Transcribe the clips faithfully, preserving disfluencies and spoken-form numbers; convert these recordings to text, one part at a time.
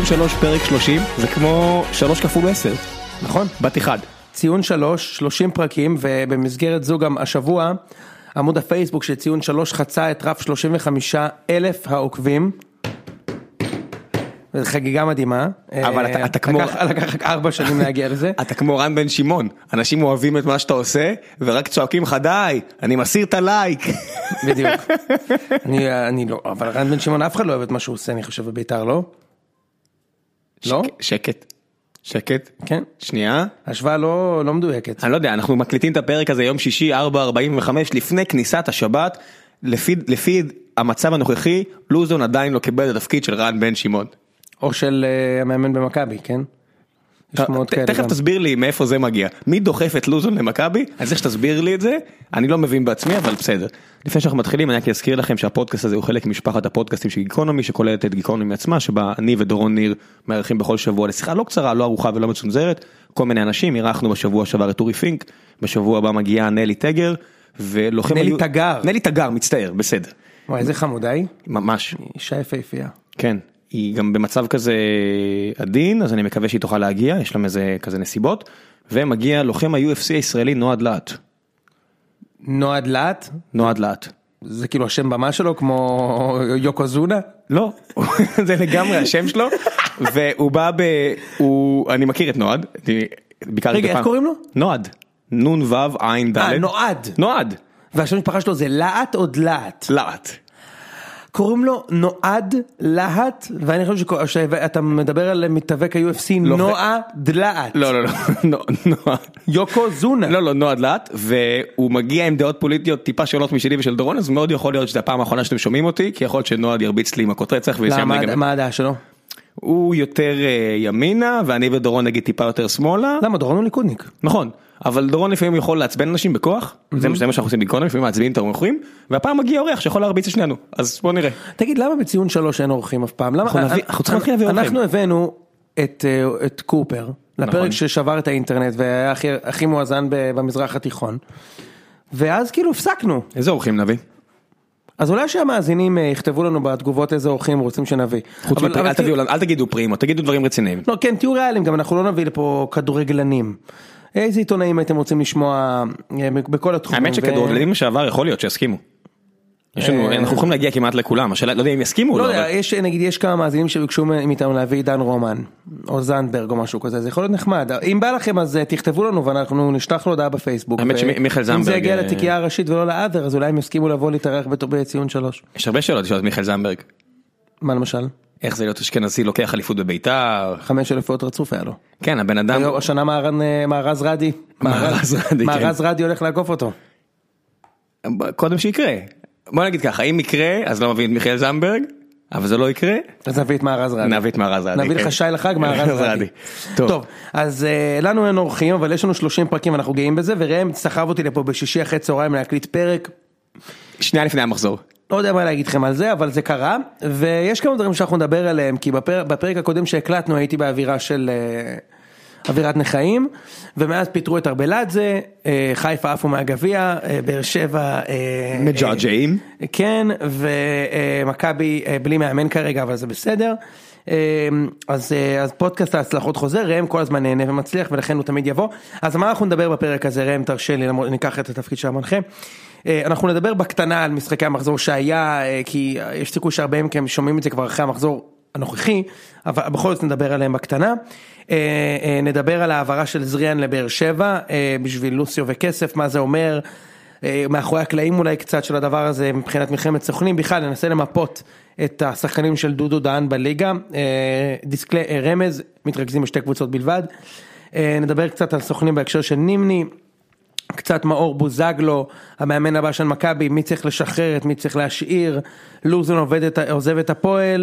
שלוש פרק שלושים, זה כמו שלוש כפול עשר, נכון? בת אחד. ציון שלוש, שלושים פרקים, ובמסגרת זו גם השבוע, עמוד הפייסבוק של ציון שלוש חצה את רף שלושים וחמישה אלף העוקבים. זו חגיגה מדהימה. אבל אתה, אתה כמו... לקח, לקח רק ארבע שנים להגיע לזה. אתה כמו רן בן שמעון. אנשים אוהבים את מה שאתה עושה, ורק צועקים לך, די, אני מסיר את הלייק. בדיוק. אני, אני לא, אבל רן בן שמעון אף אחד לא אוהב את מה שהוא עושה, אני חושב בביתר, לא? שק, לא? שקט. שקט. כן. שנייה. השוואה לא, לא מדויקת. אני לא יודע, אנחנו מקליטים את הפרק הזה יום שישי, ארבע ארבעים וחמש, לפני כניסת השבת, לפי, לפי המצב הנוכחי, לוזון עדיין לא קיבל את התפקיד של רן בן שמעון. או של uh, המאמן במכבי, כן? תכף תסביר לי מאיפה זה מגיע. מי דוחף את לוזון למכבי? אני צריך שתסביר לי את זה. אני לא מבין בעצמי, אבל בסדר. לפני שאנחנו מתחילים, אני רק אזכיר לכם שהפודקאסט הזה הוא חלק ממשפחת הפודקאסטים של גיקונומי, שכוללת את גיקונומי עצמה, שבה אני ודורון ניר מארחים בכל שבוע לשיחה לא קצרה, לא ארוכה ולא מצונזרת. כל מיני אנשים, אירחנו בשבוע שעבר את אורי פינק, בשבוע הבא מגיעה נלי טגר, ולוחם... נלי תגר. נלי תגר, מצטער, בסדר. וואי, איזה חמודה היא. ממש. אישה יפהפייה. כן. היא גם במצב כזה עדין, אז אני מקווה שהיא תוכל להגיע, יש להם איזה כזה נסיבות, ומגיע לוחם ה-יו אף סי הישראלי נועד לאט. נועד לאט? נועד לאט. זה כאילו השם במה שלו, כמו יוקוזונה? לא, זה לגמרי השם שלו, והוא בא ב... הוא... אני מכיר את נועד. רגע, איך קוראים לו? נועד. נון וו עין דלת. אה, נועד. נועד. והשם משפחה שלו זה לאט או דלעת? לאט. קוראים לו נועד להט, ואני חושב שאתה מדבר על מתאבק ה-יו אף סי, נועה דלעת. לא, לא, לא, נועד. יוקו זונה. לא, לא, נועד לאט, והוא מגיע עם דעות פוליטיות טיפה שונות משלי ושל דורון, אז מאוד יכול להיות שזו הפעם האחרונה שאתם שומעים אותי, כי יכול להיות שנועד ירביץ לי עם הקוט רצח. למה, מה הדעה שלו? הוא יותר ימינה, ואני ודורון נגיד טיפה יותר שמאלה. למה? דורון הוא ליכודניק. נכון. אבל דורון לפעמים יכול לעצבן אנשים בכוח, זה מה שאנחנו עושים בגיקונומי, לפעמים מעצבנים את האורחים, והפעם מגיע אורח שיכול להרביץ את שנינו, אז בוא נראה. תגיד, למה בציון שלוש אין אורחים אף פעם? אנחנו צריכים להתחיל להביא אורחים. אנחנו הבאנו את קופר, לפרק ששבר את האינטרנט, והיה הכי מואזן במזרח התיכון, ואז כאילו הפסקנו. איזה אורחים נביא? אז אולי שהמאזינים יכתבו לנו בתגובות איזה אורחים רוצים שנביא. אל תגידו פרימו, תגידו דברים רציניים. לא, כן, תהיו ריאליים, גם אנחנו לא נביא לפה כדורגלנים. איזה עיתונאים הייתם רוצים לשמוע בכל התחומים? האמת שכדורגלנים לשעבר יכול להיות שיסכימו. אנחנו יכולים להגיע כמעט לכולם, השאלה, לא יודע אם יסכימו. לא יודע, נגיד יש כמה מאזינים שביקשו מאיתנו להביא דן רומן, או זנדברג או משהו כזה, זה יכול להיות נחמד. אם בא לכם אז תכתבו לנו ואנחנו נשלח לו הודעה בפייסבוק. האמת שמיכאל זנדברג... אם זה יגיע לתיקייה הראשית ולא לאדר, אז אולי הם יסכימו לבוא להתארח בציון שלוש. יש הרבה שאלות לשאול את מיכאל זנדברג. מה למשל? איך זה להיות אשכנזי לוקח אליפות בביתר? חמש אליפויות רצוף היה לו. כן, הבן אדם... השנה מארז רדי. מארז רדי הולך לעקוף אותו. קודם שיקרה. בוא נגיד ככה, אם יקרה, אז לא מביא את מיכאל זנדברג, אבל זה לא יקרה. אז נביא את מארז רדי. נביא את מארז רדי. נביא לך שי לחג, מארז רדי. טוב, אז לנו אין אורחים, אבל יש לנו שלושים פרקים, אנחנו גאים בזה, וראם סחב אותי לפה בשישי אחרי צהריים להקליט פרק. שנייה לפני המחזור. לא יודע מה להגיד לכם על זה, אבל זה קרה, ויש כמה דברים שאנחנו נדבר עליהם, כי בפרק, בפרק הקודם שהקלטנו הייתי באווירה של uh, אווירת נחיים, ומאז פיתרו את ארבלדזה, uh, חיפה עפו מהגביע, uh, באר שבע... Uh, מג'עג'עים. Uh, כן, ומכבי uh, בלי מאמן כרגע, אבל זה בסדר. Uh, אז, uh, אז פודקאסט ההצלחות חוזר, ראם כל הזמן נהנה ומצליח, ולכן הוא תמיד יבוא. אז מה אנחנו נדבר בפרק הזה, ראם תרשה לי, ניקח את התפקיד של המנחה. אנחנו נדבר בקטנה על משחקי המחזור שהיה, כי יש סיכוי שהרבה מכם שומעים את זה כבר אחרי המחזור הנוכחי, אבל בכל זאת נדבר עליהם בקטנה. נדבר על העברה של זריאן לבאר שבע, בשביל לוסיו וכסף, מה זה אומר, מאחורי הקלעים אולי קצת של הדבר הזה, מבחינת מלחמת סוכנים, בכלל ננסה למפות את השחקנים של דודו דהן בליגה, דיסקלי רמז, מתרכזים בשתי קבוצות בלבד, נדבר קצת על סוכנים בהקשר של נימני, קצת מאור בוזגלו, המאמן הבא של מכבי, מי צריך לשחרר, מי צריך להשאיר, לוזון עובד את, עוזב את הפועל,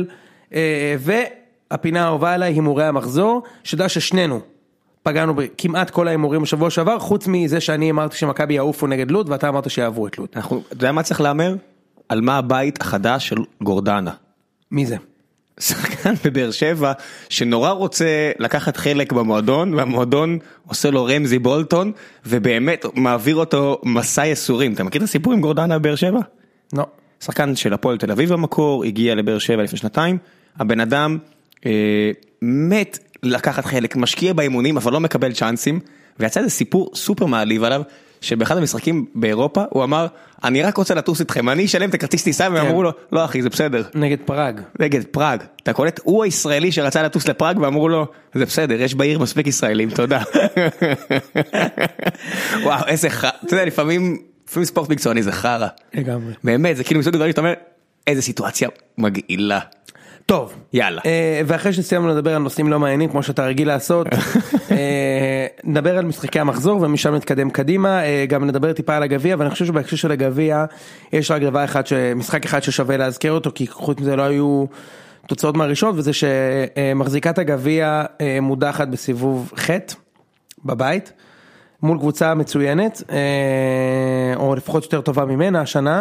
והפינה האהובה עליי, הימורי המחזור, שדע ששנינו פגענו בכמעט כל ההימורים בשבוע שעבר, חוץ מזה שאני אמרתי שמכבי יעופו נגד לוד, ואתה אמרת שיעברו את לוד. אנחנו, אתה יודע מה צריך לאמר? על מה הבית החדש של גורדנה. מי זה? שחקן בבאר שבע, שנורא רוצה לקחת חלק במועדון, והמועדון עושה לו רמזי בולטון, ובאמת מעביר אותו מסע יסורים. אתה מכיר את הסיפור עם גורדנה בבאר שבע? לא. שחקן של הפועל תל אביב במקור, הגיע לבאר שבע לפני שנתיים, הבן אדם אה, מת לקחת חלק, משקיע באימונים, אבל לא מקבל צ'אנסים, ויצא איזה סיפור סופר מעליב עליו, שבאחד המשחקים באירופה, הוא אמר, אני רק רוצה לטוס איתכם, אני אשלם את הכרטיס טיסה, והם אמרו לו, לא אחי, זה בסדר. נגד פראג. נגד פראג. אתה קולט, הוא הישראלי שרצה לטוס לפראג, ואמרו לו, זה בסדר, יש בעיר מספיק ישראלים, תודה. וואו, איזה חרא. אתה יודע, לפעמים, לפעמים ספורט מקצועני זה חרא. לגמרי. באמת, זה כאילו מסוג דברים שאתה אומר, איזה סיטואציה מגעילה. טוב, יאללה. ואחרי שסיימנו לדבר על נושאים לא מעניינים, כמו שאתה רגיל לעשות, נדבר על משחקי המחזור, ומשם נתקדם קדימה, גם נדבר טיפה על הגביע, ואני חושב שבהקשר של הגביע, יש רק דבר אחד, משחק אחד ששווה להזכר אותו, כי חוץ מזה לא היו תוצאות מהראשונות, וזה שמחזיקת הגביע מודחת בסיבוב ח' בבית, מול קבוצה מצוינת, או לפחות יותר טובה ממנה השנה,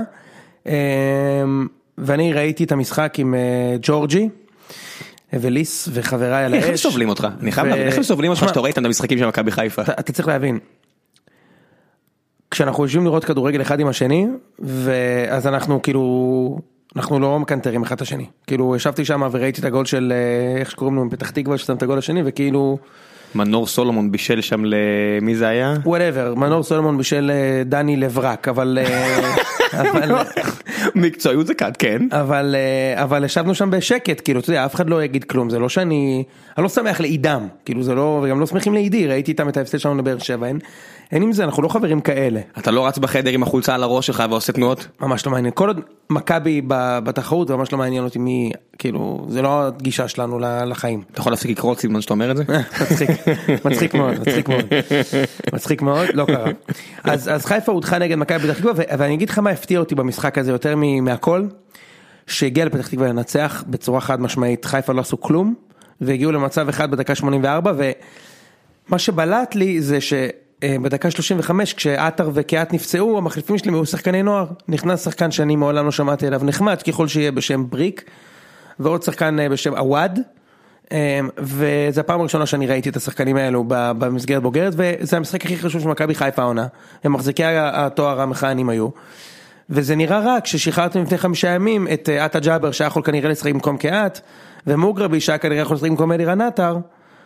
ואני ראיתי את המשחק עם ג'ורג'י וליס וחבריי על האש. איך הם סובלים אותך? אני חייב להבין, איך הם סובלים אותך שאתה רואה איתם את המשחקים של מכבי חיפה? אתה צריך להבין, כשאנחנו יושבים לראות כדורגל אחד עם השני, ואז אנחנו כאילו, אנחנו לא מקנטרים אחד את השני. כאילו, ישבתי שם וראיתי את הגול של, איך שקוראים לנו, פתח תקווה, ששם את הגול השני, וכאילו... מנור סולומון בישל שם למי זה היה? whatever, מנור סולומון בישל דני לברק, אבל... מקצועיות זה קד, כן. אבל, אבל ישבנו שם בשקט, כאילו, אתה יודע, אף אחד לא יגיד כלום, זה לא שאני, אני לא שמח לעידם, כאילו, זה לא, וגם לא שמחים לעידי, ראיתי איתם את ההפסד שלנו לבאר שבע, אין, אין עם זה, אנחנו לא חברים כאלה. אתה לא רץ בחדר עם החולצה על הראש שלך ועושה תנועות? ממש לא מעניין, כל עוד מכבי בתחרות, ממש לא מעניין אותי מי, כאילו, זה לא הגישה שלנו לחיים. אתה יכול להפסיק לקרוא סימן שאתה אומר את זה? מצחיק, מצחיק מאוד, מצחיק מאוד, מצחיק מאוד, לא קרה. אז, אז חיפה הודחה נגד מכבי פתח תקווה, ואני אגיד לך מה הפתיע אותי במשחק הזה יותר מהכל, שהגיע לפתח תקווה לנצח בצורה חד משמעית, חיפה לא עשו כלום, והגיעו למצב אחד בדקה שמונים וארבע, ומה שבלט לי זה שבדקה שלושים וחמש, כשאתר וקיאט נפצעו, המחליפים שלי היו שחקני נוער, נכנס שחקן שאני מעולם לא שמעתי אליו, נחמד ככל שיהיה בשם בריק, ועוד שחקן בשם עווד, וזה הפעם הראשונה שאני ראיתי את השחקנים האלו במסגרת בוגרת, וזה המשחק הכי חשוב של מכבי חיפה העונה, הם מחזיקי התואר המכהנים היו, וזה נראה רק ששחררתם לפני חמישה ימים את עטה ג'אבר שהיה יכול כנראה לשחק במקום קיאט, ומוגרבי שהיה כנראה יכול לשחק במקום אלירן עטר,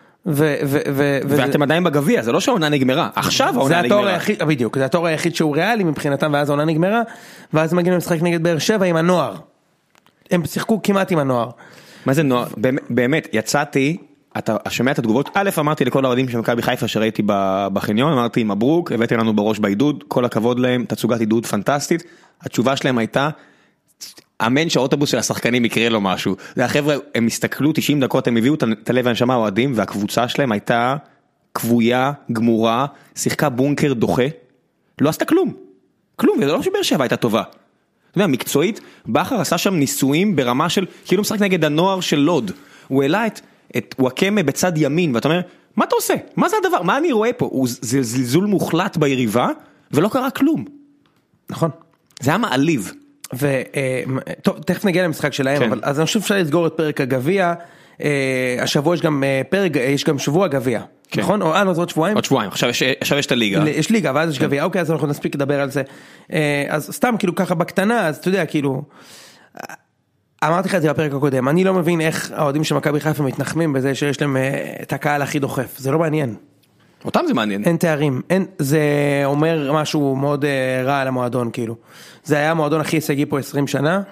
ואתם עדיין בגביע, זה לא שהעונה נגמרה, עכשיו העונה נגמרה. בדיוק, זה התואר היחיד שהוא ריאלי מבחינתם, ואז העונה נגמרה, ואז מגיעים למשחק נגד באר שבע עם הנוער, הם שיחקו כמעט עם הנוער. מה זה נוער? באמת, יצאתי, אתה שומע את התגובות, א' אמרתי לכל האוהדים של מכבי חיפה שראיתי בחניון, אמרתי מברוק, הבאתי לנו בראש בעידוד, כל הכבוד להם, תצוגת עידוד פנטסטית, התשובה שלהם הייתה, אמן שהאוטובוס של השחקנים יקרה לו משהו, והחבר'ה הם הסתכלו תשעים דקות, הם הביאו את הלב והנשמה האוהדים, והקבוצה שלהם הייתה כבויה, גמורה, שיחקה בונקר דוחה, לא עשתה כלום, כלום, וזה לא שבאר שבע הייתה טובה. אתה יודע, מקצועית, בכר עשה שם ניסויים ברמה של, כאילו משחק נגד הנוער של לוד, הוא העלה את, את וואקמה בצד ימין, ואתה אומר, מה אתה עושה? מה זה הדבר? מה אני רואה פה? הוא, זה זלזול מוחלט ביריבה, ולא קרה כלום. נכון. זה היה מעליב. וטוב, תכף נגיע למשחק שלהם, כן. אבל אז אני חושב שאפשר לסגור את פרק הגביע, השבוע יש גם פרק, יש גם שבוע גביע, כן. נכון? או אה, לא, זה עוד שבועיים? עוד שבועיים, עכשיו יש, עכשיו יש את הליגה. יש ליגה, ואז יש כן. גביע, אוקיי, אז אנחנו נספיק לדבר על זה. אז סתם, כאילו ככה בקטנה, אז אתה יודע, כאילו, אמרתי לך את זה בפרק הקודם, אני לא מבין איך האוהדים של מכבי חיפה מתנחמים בזה שיש להם את הקהל הכי דוחף, זה לא מעניין. אותם זה מעניין. אין תארים, אין, זה אומר משהו מאוד רע על המועדון, כאילו. זה היה המועדון הכי הישגי פה עשרים שנה,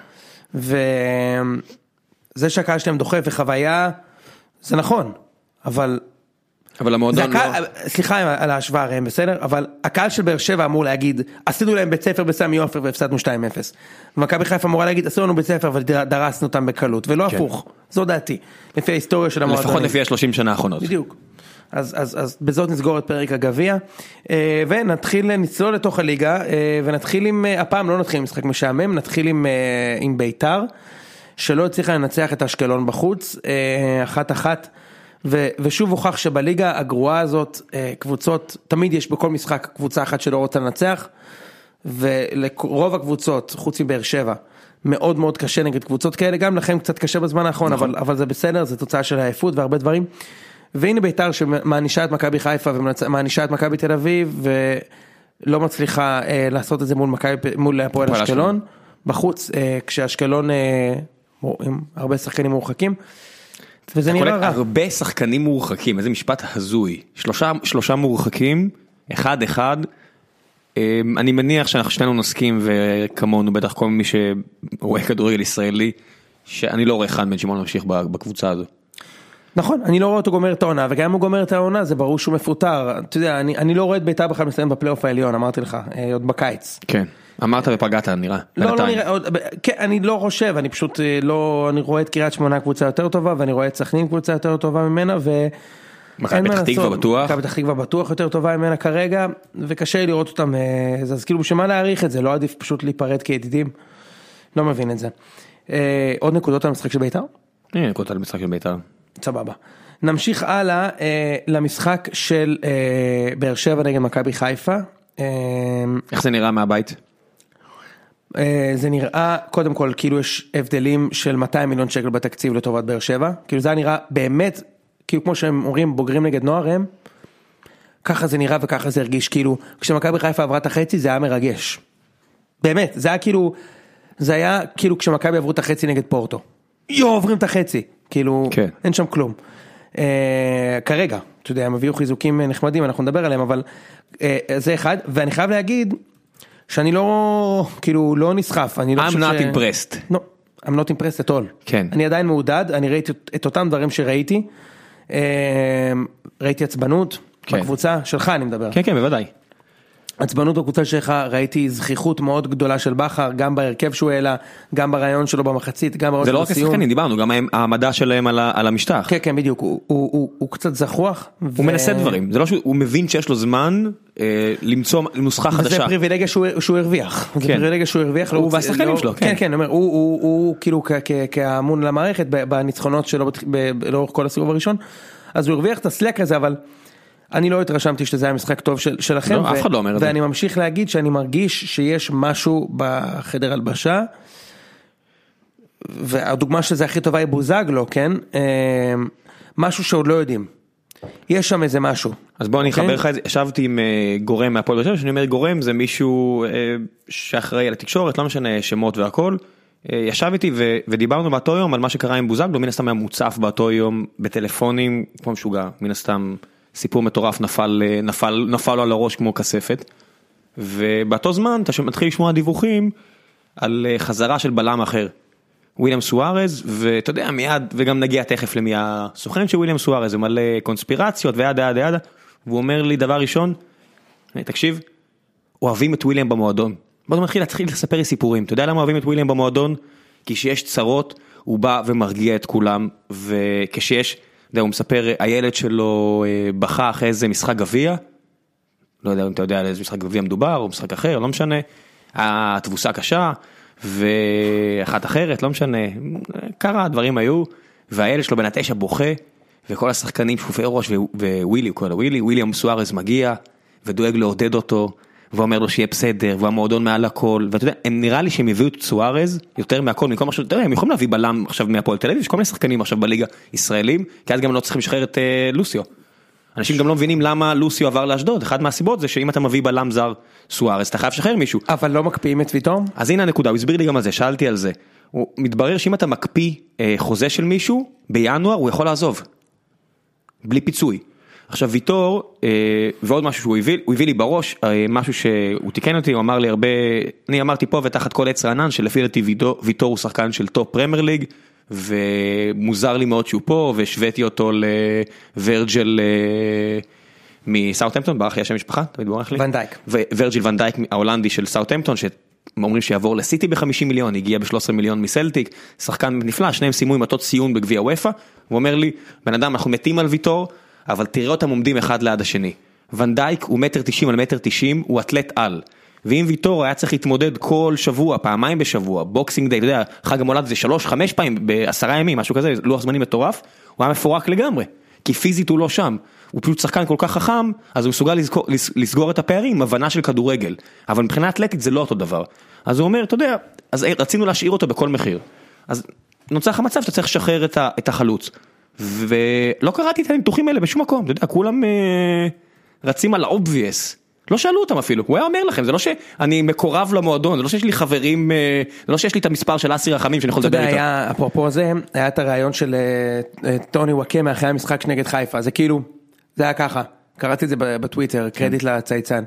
וזה שהקהל שלהם דוחף וחוויה, זה נכון, אבל... אבל המועדון לא... סליחה על ההשוואה הרי, בסדר? אבל הקהל של באר שבע אמור להגיד, עשינו להם בית ספר בסמי עופר והפסדנו שתיים אפס. ומכבי חיפה אמורה להגיד, עשינו לנו בית ספר ודרסנו אותם בקלות, ולא הפוך. זו דעתי, לפי ההיסטוריה של המועדון. לפחות לפי ה-שלושים שנה האחרונות. בדיוק. אז, אז, אז בזאת נסגור את פרק הגביע, ונתחיל נצלול לתוך הליגה, ונתחיל עם, הפעם לא נתחיל עם משחק משעמם, נתחיל עם, עם ביתר, שלא הצליחה לנצח את אשקלון בחוץ, אחת אחת, ו, ושוב הוכח שבליגה הגרועה הזאת, קבוצות, תמיד יש בכל משחק קבוצה אחת שלא רוצה לנצח, ולרוב הקבוצות, חוץ מבאר שבע, מאוד מאוד קשה נגד קבוצות כאלה, גם לכם קצת קשה בזמן האחרון, אבל, אבל זה בסדר, זה תוצאה של העייפות והרבה דברים, והנה ביתר שמענישה את מכבי חיפה ומענישה את מכבי תל אביב ולא מצליחה אה, לעשות את זה מול מכבי מול הפועל אשקלון בחוץ אה, כשאשקלון אה, עם הרבה שחקנים מורחקים. וזה נראה רע. הרבה שחקנים מורחקים, איזה משפט הזוי, שלושה, שלושה מורחקים, אחד אחד, אני מניח שאנחנו שנינו נסכים, וכמונו בטח כל מי שרואה כדורגל ישראלי, שאני לא רואה אחד בן שמעון ממשיך בקבוצה הזו. נכון, אני לא רואה אותו גומר את העונה, וגם אם הוא גומר את העונה, זה ברור שהוא מפוטר. אתה יודע, אני, אני לא רואה את בית"ר בכלל מסיים בפלייאוף העליון, אמרתי לך, עוד בקיץ. כן, אמרת ופגעת, נראה. לא, לא נראה, עוד, כן, אני לא חושב, אני פשוט לא, אני רואה את קריית שמונה קבוצה יותר טובה, ואני רואה את סכנין קבוצה יותר טובה ממנה, ו... מכבי פתח תקווה בטוח. מכבי פתח תקווה בטוח יותר טובה ממנה כרגע, וקשה לראות אותם, אז כאילו בשביל מה להעריך את זה, לא עדיף פשוט להיפרד כידידים, לא מבין את זה. עוד נקודות על המשחק של בית"ר? הנה נקודות על המשחק של בית"ר. סבבה. נמשיך הלאה למשחק של באר שבע נגד מכבי חיפה. איך זה נראה מהבית? זה נראה, קודם כל, כאילו יש הבדלים של מאתיים מיליון שקל בתקציב לטובת באר שבע, כאילו זה נראה באמת, כאילו כמו שהם אומרים בוגרים נגד נוער הם, ככה זה נראה וככה זה הרגיש, כאילו כשמכבי חיפה עברה את החצי זה היה מרגש, באמת, זה היה כאילו, זה היה כאילו כשמכבי עברו את החצי נגד פורטו, יו עוברים את החצי, כאילו כן. אין שם כלום, אה, כרגע, אתה יודע, הם הביאו חיזוקים נחמדים, אנחנו נדבר עליהם, אבל אה, זה אחד, ואני חייב להגיד, שאני לא, כאילו לא נסחף, אני לא I'm חושב not ש... impressed. No, I'm not impressed at all. כן. אני עדיין מעודד, אני ראיתי את אותם דברים שראיתי, ראיתי עצבנות בקבוצה שלך, אני מדבר. כן, כן, בוודאי. עצבנות בקבוצה שלך, ראיתי זכיחות מאוד גדולה של בכר, גם בהרכב שהוא העלה, גם ברעיון שלו במחצית, גם ברעיון שלו בסיום. זה לא רק השחקנים, דיברנו, גם העמדה שלהם על, על המשטח. כן, כן, בדיוק, הוא, הוא, הוא, הוא קצת זכוח. הוא ו... מנסה דברים, זה לא שהוא מבין שיש לו זמן אה, למצוא נוסחה חדשה. זה פריבילגיה שהוא, שהוא הרוויח. כן. זה פריבילגיה שהוא הרוויח. הוא והשחקנים שלו, כן. כן, כן, הוא, הוא, הוא, הוא כאילו כאמון למערכת, בניצחונות שלו לאורך כל הסיבוב הראשון, אז הוא הרוויח את הסלק הזה, אבל... אני לא התרשמתי שזה היה משחק טוב של, שלכם, לא, אף אחד לא אומר את זה. ואני ממשיך להגיד שאני מרגיש שיש משהו בחדר הלבשה, והדוגמה שזה הכי טובה היא בוזגלו, כן? משהו שעוד לא יודעים. יש שם איזה משהו. אז בוא אני אחבר לך את זה, ישבתי עם גורם מהפועל באר שבע, שאני אומר גורם זה מישהו שאחראי על התקשורת, לא משנה שמות והכל, ישב איתי ודיברנו באותו יום על מה שקרה עם בוזגלו, מן הסתם היה מוצף באותו יום בטלפונים, כמו משוגע, מן הסתם סיפור מטורף נפל, נפל, נפל לו על הראש כמו כספת, ובאותו זמן אתה מתחיל לשמוע דיווחים על חזרה של בלם אחר, וויליאם סוארז, ואתה יודע מיד, וגם נגיע תכף למי הסוכן של וויליאם סוארז, זה מלא קונספירציות וידה ידה ידה, והוא אומר לי דבר ראשון, תקשיב, אוהבים את וויליאם במועדון, בוא מתחיל להתחיל לספר לי סיפורים, אתה יודע למה אוהבים את וויליאם במועדון? כי שיש צרות, הוא בא ומרגיע את כולם, וכשיש הוא מספר, הילד שלו בכה אחרי איזה משחק גביע, לא יודע אם אתה יודע על איזה משחק גביע מדובר, או משחק אחר, לא משנה, התבוסה קשה, ואחת אחרת, לא משנה, קרה, הדברים היו, והילד שלו בן התשע בוכה, וכל השחקנים שפופי ראש, ווילי, כל הווילי, וויליאם סוארז מגיע, ודואג לעודד אותו, ואומר לו שיהיה בסדר, והמועדון מעל הכל, ואתה יודע, הם נראה לי שהם הביאו את סוארז יותר מהכל, מכל משהו, אתה יודע, הם יכולים להביא בלם עכשיו מהפועל תל אביב, יש כל מיני שחקנים עכשיו בליגה ישראלים, כי אז גם לא צריכים לשחרר את uh, לוסיו. אנשים גם לא מבינים למה לוסיו עבר לאשדוד, אחד מהסיבות זה שאם אתה מביא בלם זר סוארז, אתה חייב לשחרר מישהו. אבל לא מקפיאים את ויטור? אז הנה הנקודה, הוא הסביר לי גם על זה, שאלתי על זה. הוא מתברר שאם אתה מקפיא uh, חוזה של מישהו, בינואר הוא יכול לעזוב. בלי פיצוי. עכשיו ויטור, ועוד משהו שהוא הביא, הוא הביא לי בראש, משהו שהוא תיקן אותי, הוא אמר לי הרבה, אני אמרתי פה ותחת כל עץ רענן, שלפי דעתי ויטור הוא שחקן של טופ פרמייר ליג, ומוזר לי מאוד שהוא פה, והשוויתי אותו לוורג'ל מסאוטהמפטון, ברח לי השם משפחה, תמיד בורח לי. ונדייק. וורג'ל ונדייק ההולנדי של סאוטהמפטון, שאומרים שיעבור לסיטי ב-חמישים מיליון, הגיע ב-שלושה עשר מיליון מסלטיק, שחקן נפלא, שניהם סיימו עם אותו ציון בגביע וופא, הוא אומר לי, בן אדם, אנחנו מתים על ויטור, אבל תראה אותם עומדים אחד ליד השני. ונדייק הוא מטר תשעים על מטר תשעים, הוא אטלט על. ואם ויטור היה צריך להתמודד כל שבוע, פעמיים בשבוע, בוקסינג דיי, אתה יודע, חג המולד זה שלוש, חמש פעמים, בעשרה ימים, משהו כזה, לוח זמנים מטורף, הוא היה מפורק לגמרי. כי פיזית הוא לא שם. הוא פשוט שחקן כל כך חכם, אז הוא מסוגל לסגור, לסגור את הפערים עם הבנה של כדורגל. אבל מבחינה אתלטית זה לא אותו דבר. אז הוא אומר, אתה יודע, אז רצינו להשאיר אותו בכל מחיר. אז נוצר לך מצב שאתה צריך לשחרר את, ה, את החלוץ. ולא קראתי את הניתוחים האלה בשום מקום, אתה יודע, כולם אה, רצים על האובייס, לא שאלו אותם אפילו, הוא היה אומר לכם, זה לא שאני מקורב למועדון, זה לא שיש לי חברים, זה לא שיש לי את המספר של אסי רחמים שאני יכול לדבר איתו. אפרופו זה, היה את הרעיון של טוני וואקמה אחרי המשחק נגד חיפה, זה כאילו, זה היה ככה, קראתי את זה בטוויטר, קרדיט לצייצן.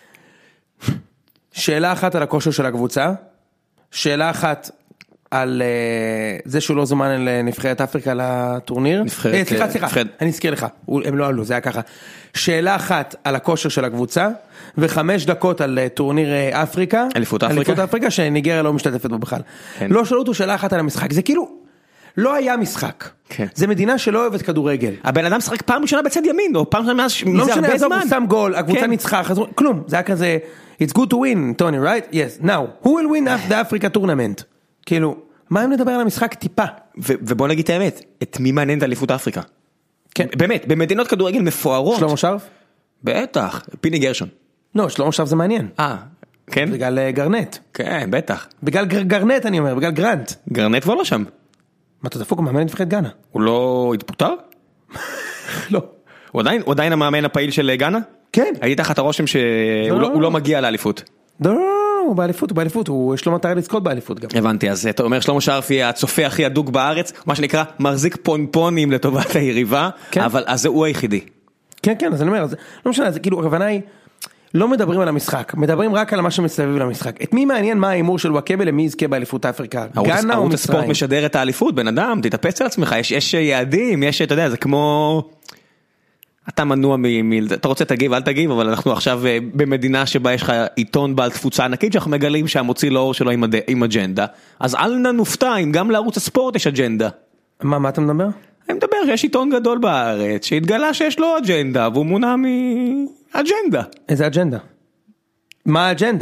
שאלה אחת על הכושר של הקבוצה, שאלה אחת על זה שהוא לא זומן לנבחרת אפריקה לטורניר. נבחרת, סליחה, סליחה, אני אזכיר לך, הם לא עלו, זה היה ככה. שאלה אחת על הכושר של הקבוצה, וחמש דקות על טורניר אפריקה. אליפות אפריקה. אליפות אפריקה, שניגריה לא משתתפת בו בכלל. לא שאלו אותו שאלה אחת על המשחק, זה כאילו, לא היה משחק. זה מדינה שלא אוהבת כדורגל. הבן אדם שחק פעם ראשונה בצד ימין, או פעם ראשונה מזה הרבה זמן. הוא שם גול, הקבוצה ניצחה, כלום, זה היה כזה, it's good to win, Tony, right? Yes, now, who will win the Africa tournament? כאילו, מה אם נדבר על המשחק טיפה? ובוא נגיד את האמת, את מי מעניין את אליפות אפריקה? כן. באמת, במדינות כדורגל מפוארות. שלמה שרף? בטח, פיני גרשון. לא, שלמה שרף זה מעניין. אה, כן? בגלל גרנט. כן, בטח. בגלל גרנט אני אומר, בגלל גרנט. גרנט כבר לא שם. מה אתה דפוק, הוא מאמן נבחרת גאנה. הוא לא התפוטר? לא. הוא עדיין, הוא עדיין המאמן הפעיל של גאנה? כן. היית תחת הרושם שהוא לא, לא מגיע לאליפות. לא, הוא באליפות, הוא באליפות, הוא יש לו מטרה לזכות באליפות גם. הבנתי, אז אתה אומר שלמה שרפי הצופה הכי הדוק בארץ, מה שנקרא מחזיק פונפונים לטובת היריבה, כן. אבל אז הוא היחידי. כן, כן, אז אני אומר, אז, לא משנה, אז כאילו הכוונה היא, לא מדברים על המשחק, מדברים רק על מה שמסביב למשחק. את מי מעניין מה האימור של וואקמה למי יזכה באליפות אפריקה? גאנה או מצרים? הספורט משדר את האליפות, בן אדם, תתאפס על עצמך, יש, יש יעדים, יש, אתה יודע, זה כמו... אתה מנוע מ... אתה רוצה תגיב, אל תגיב, אבל אנחנו עכשיו במדינה שבה יש לך עיתון בעל תפוצה ענקית, שאנחנו מגלים שהמוציא לאור שלו עם, הד... עם אג'נדה, אז אל נופתע אם גם לערוץ הספורט יש אג'נדה. מה, מה אתה מדבר? אני מדבר שיש עיתון גדול בארץ, שהתגלה שיש לו אג'נדה, והוא מונע מאג'נדה. איזה אג'נדה? מה האג'נדה?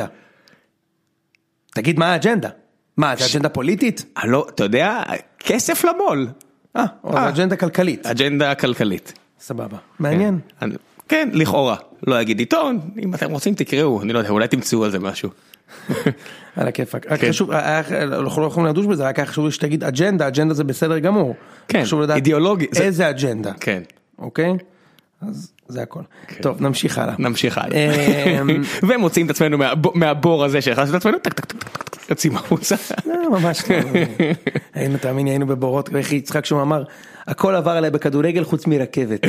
תגיד מה האג'נדה? מה, זה אג'נדה פוליטית? לא, אתה יודע, כסף למול. אה, או אג'נדה כלכלית. אג'נדה כלכלית. סבבה, מעניין. כן, לכאורה, לא אגיד עיתון, אם אתם רוצים תקראו, אני לא יודע, אולי תמצאו על זה משהו. על הכיפק, רק חשוב, אנחנו לא יכולים לדוש בזה, רק חשוב לי שתגיד אג'נדה, אג'נדה זה בסדר גמור. כן, אידיאולוגי. איזה אג'נדה. כן. אוקיי? אז זה הכל. טוב, נמשיך הלאה. נמשיך הלאה. ומוצאים את עצמנו מהבור הזה, שהכנסנו את עצמנו, טק טק טק טק, יוצאים החוצה. לא, ממש לא. היינו, תאמיני, היינו בבורות, ואיך יצחק שהוא אמר, הכל עבר עליי בכדורגל חוץ מרכבת.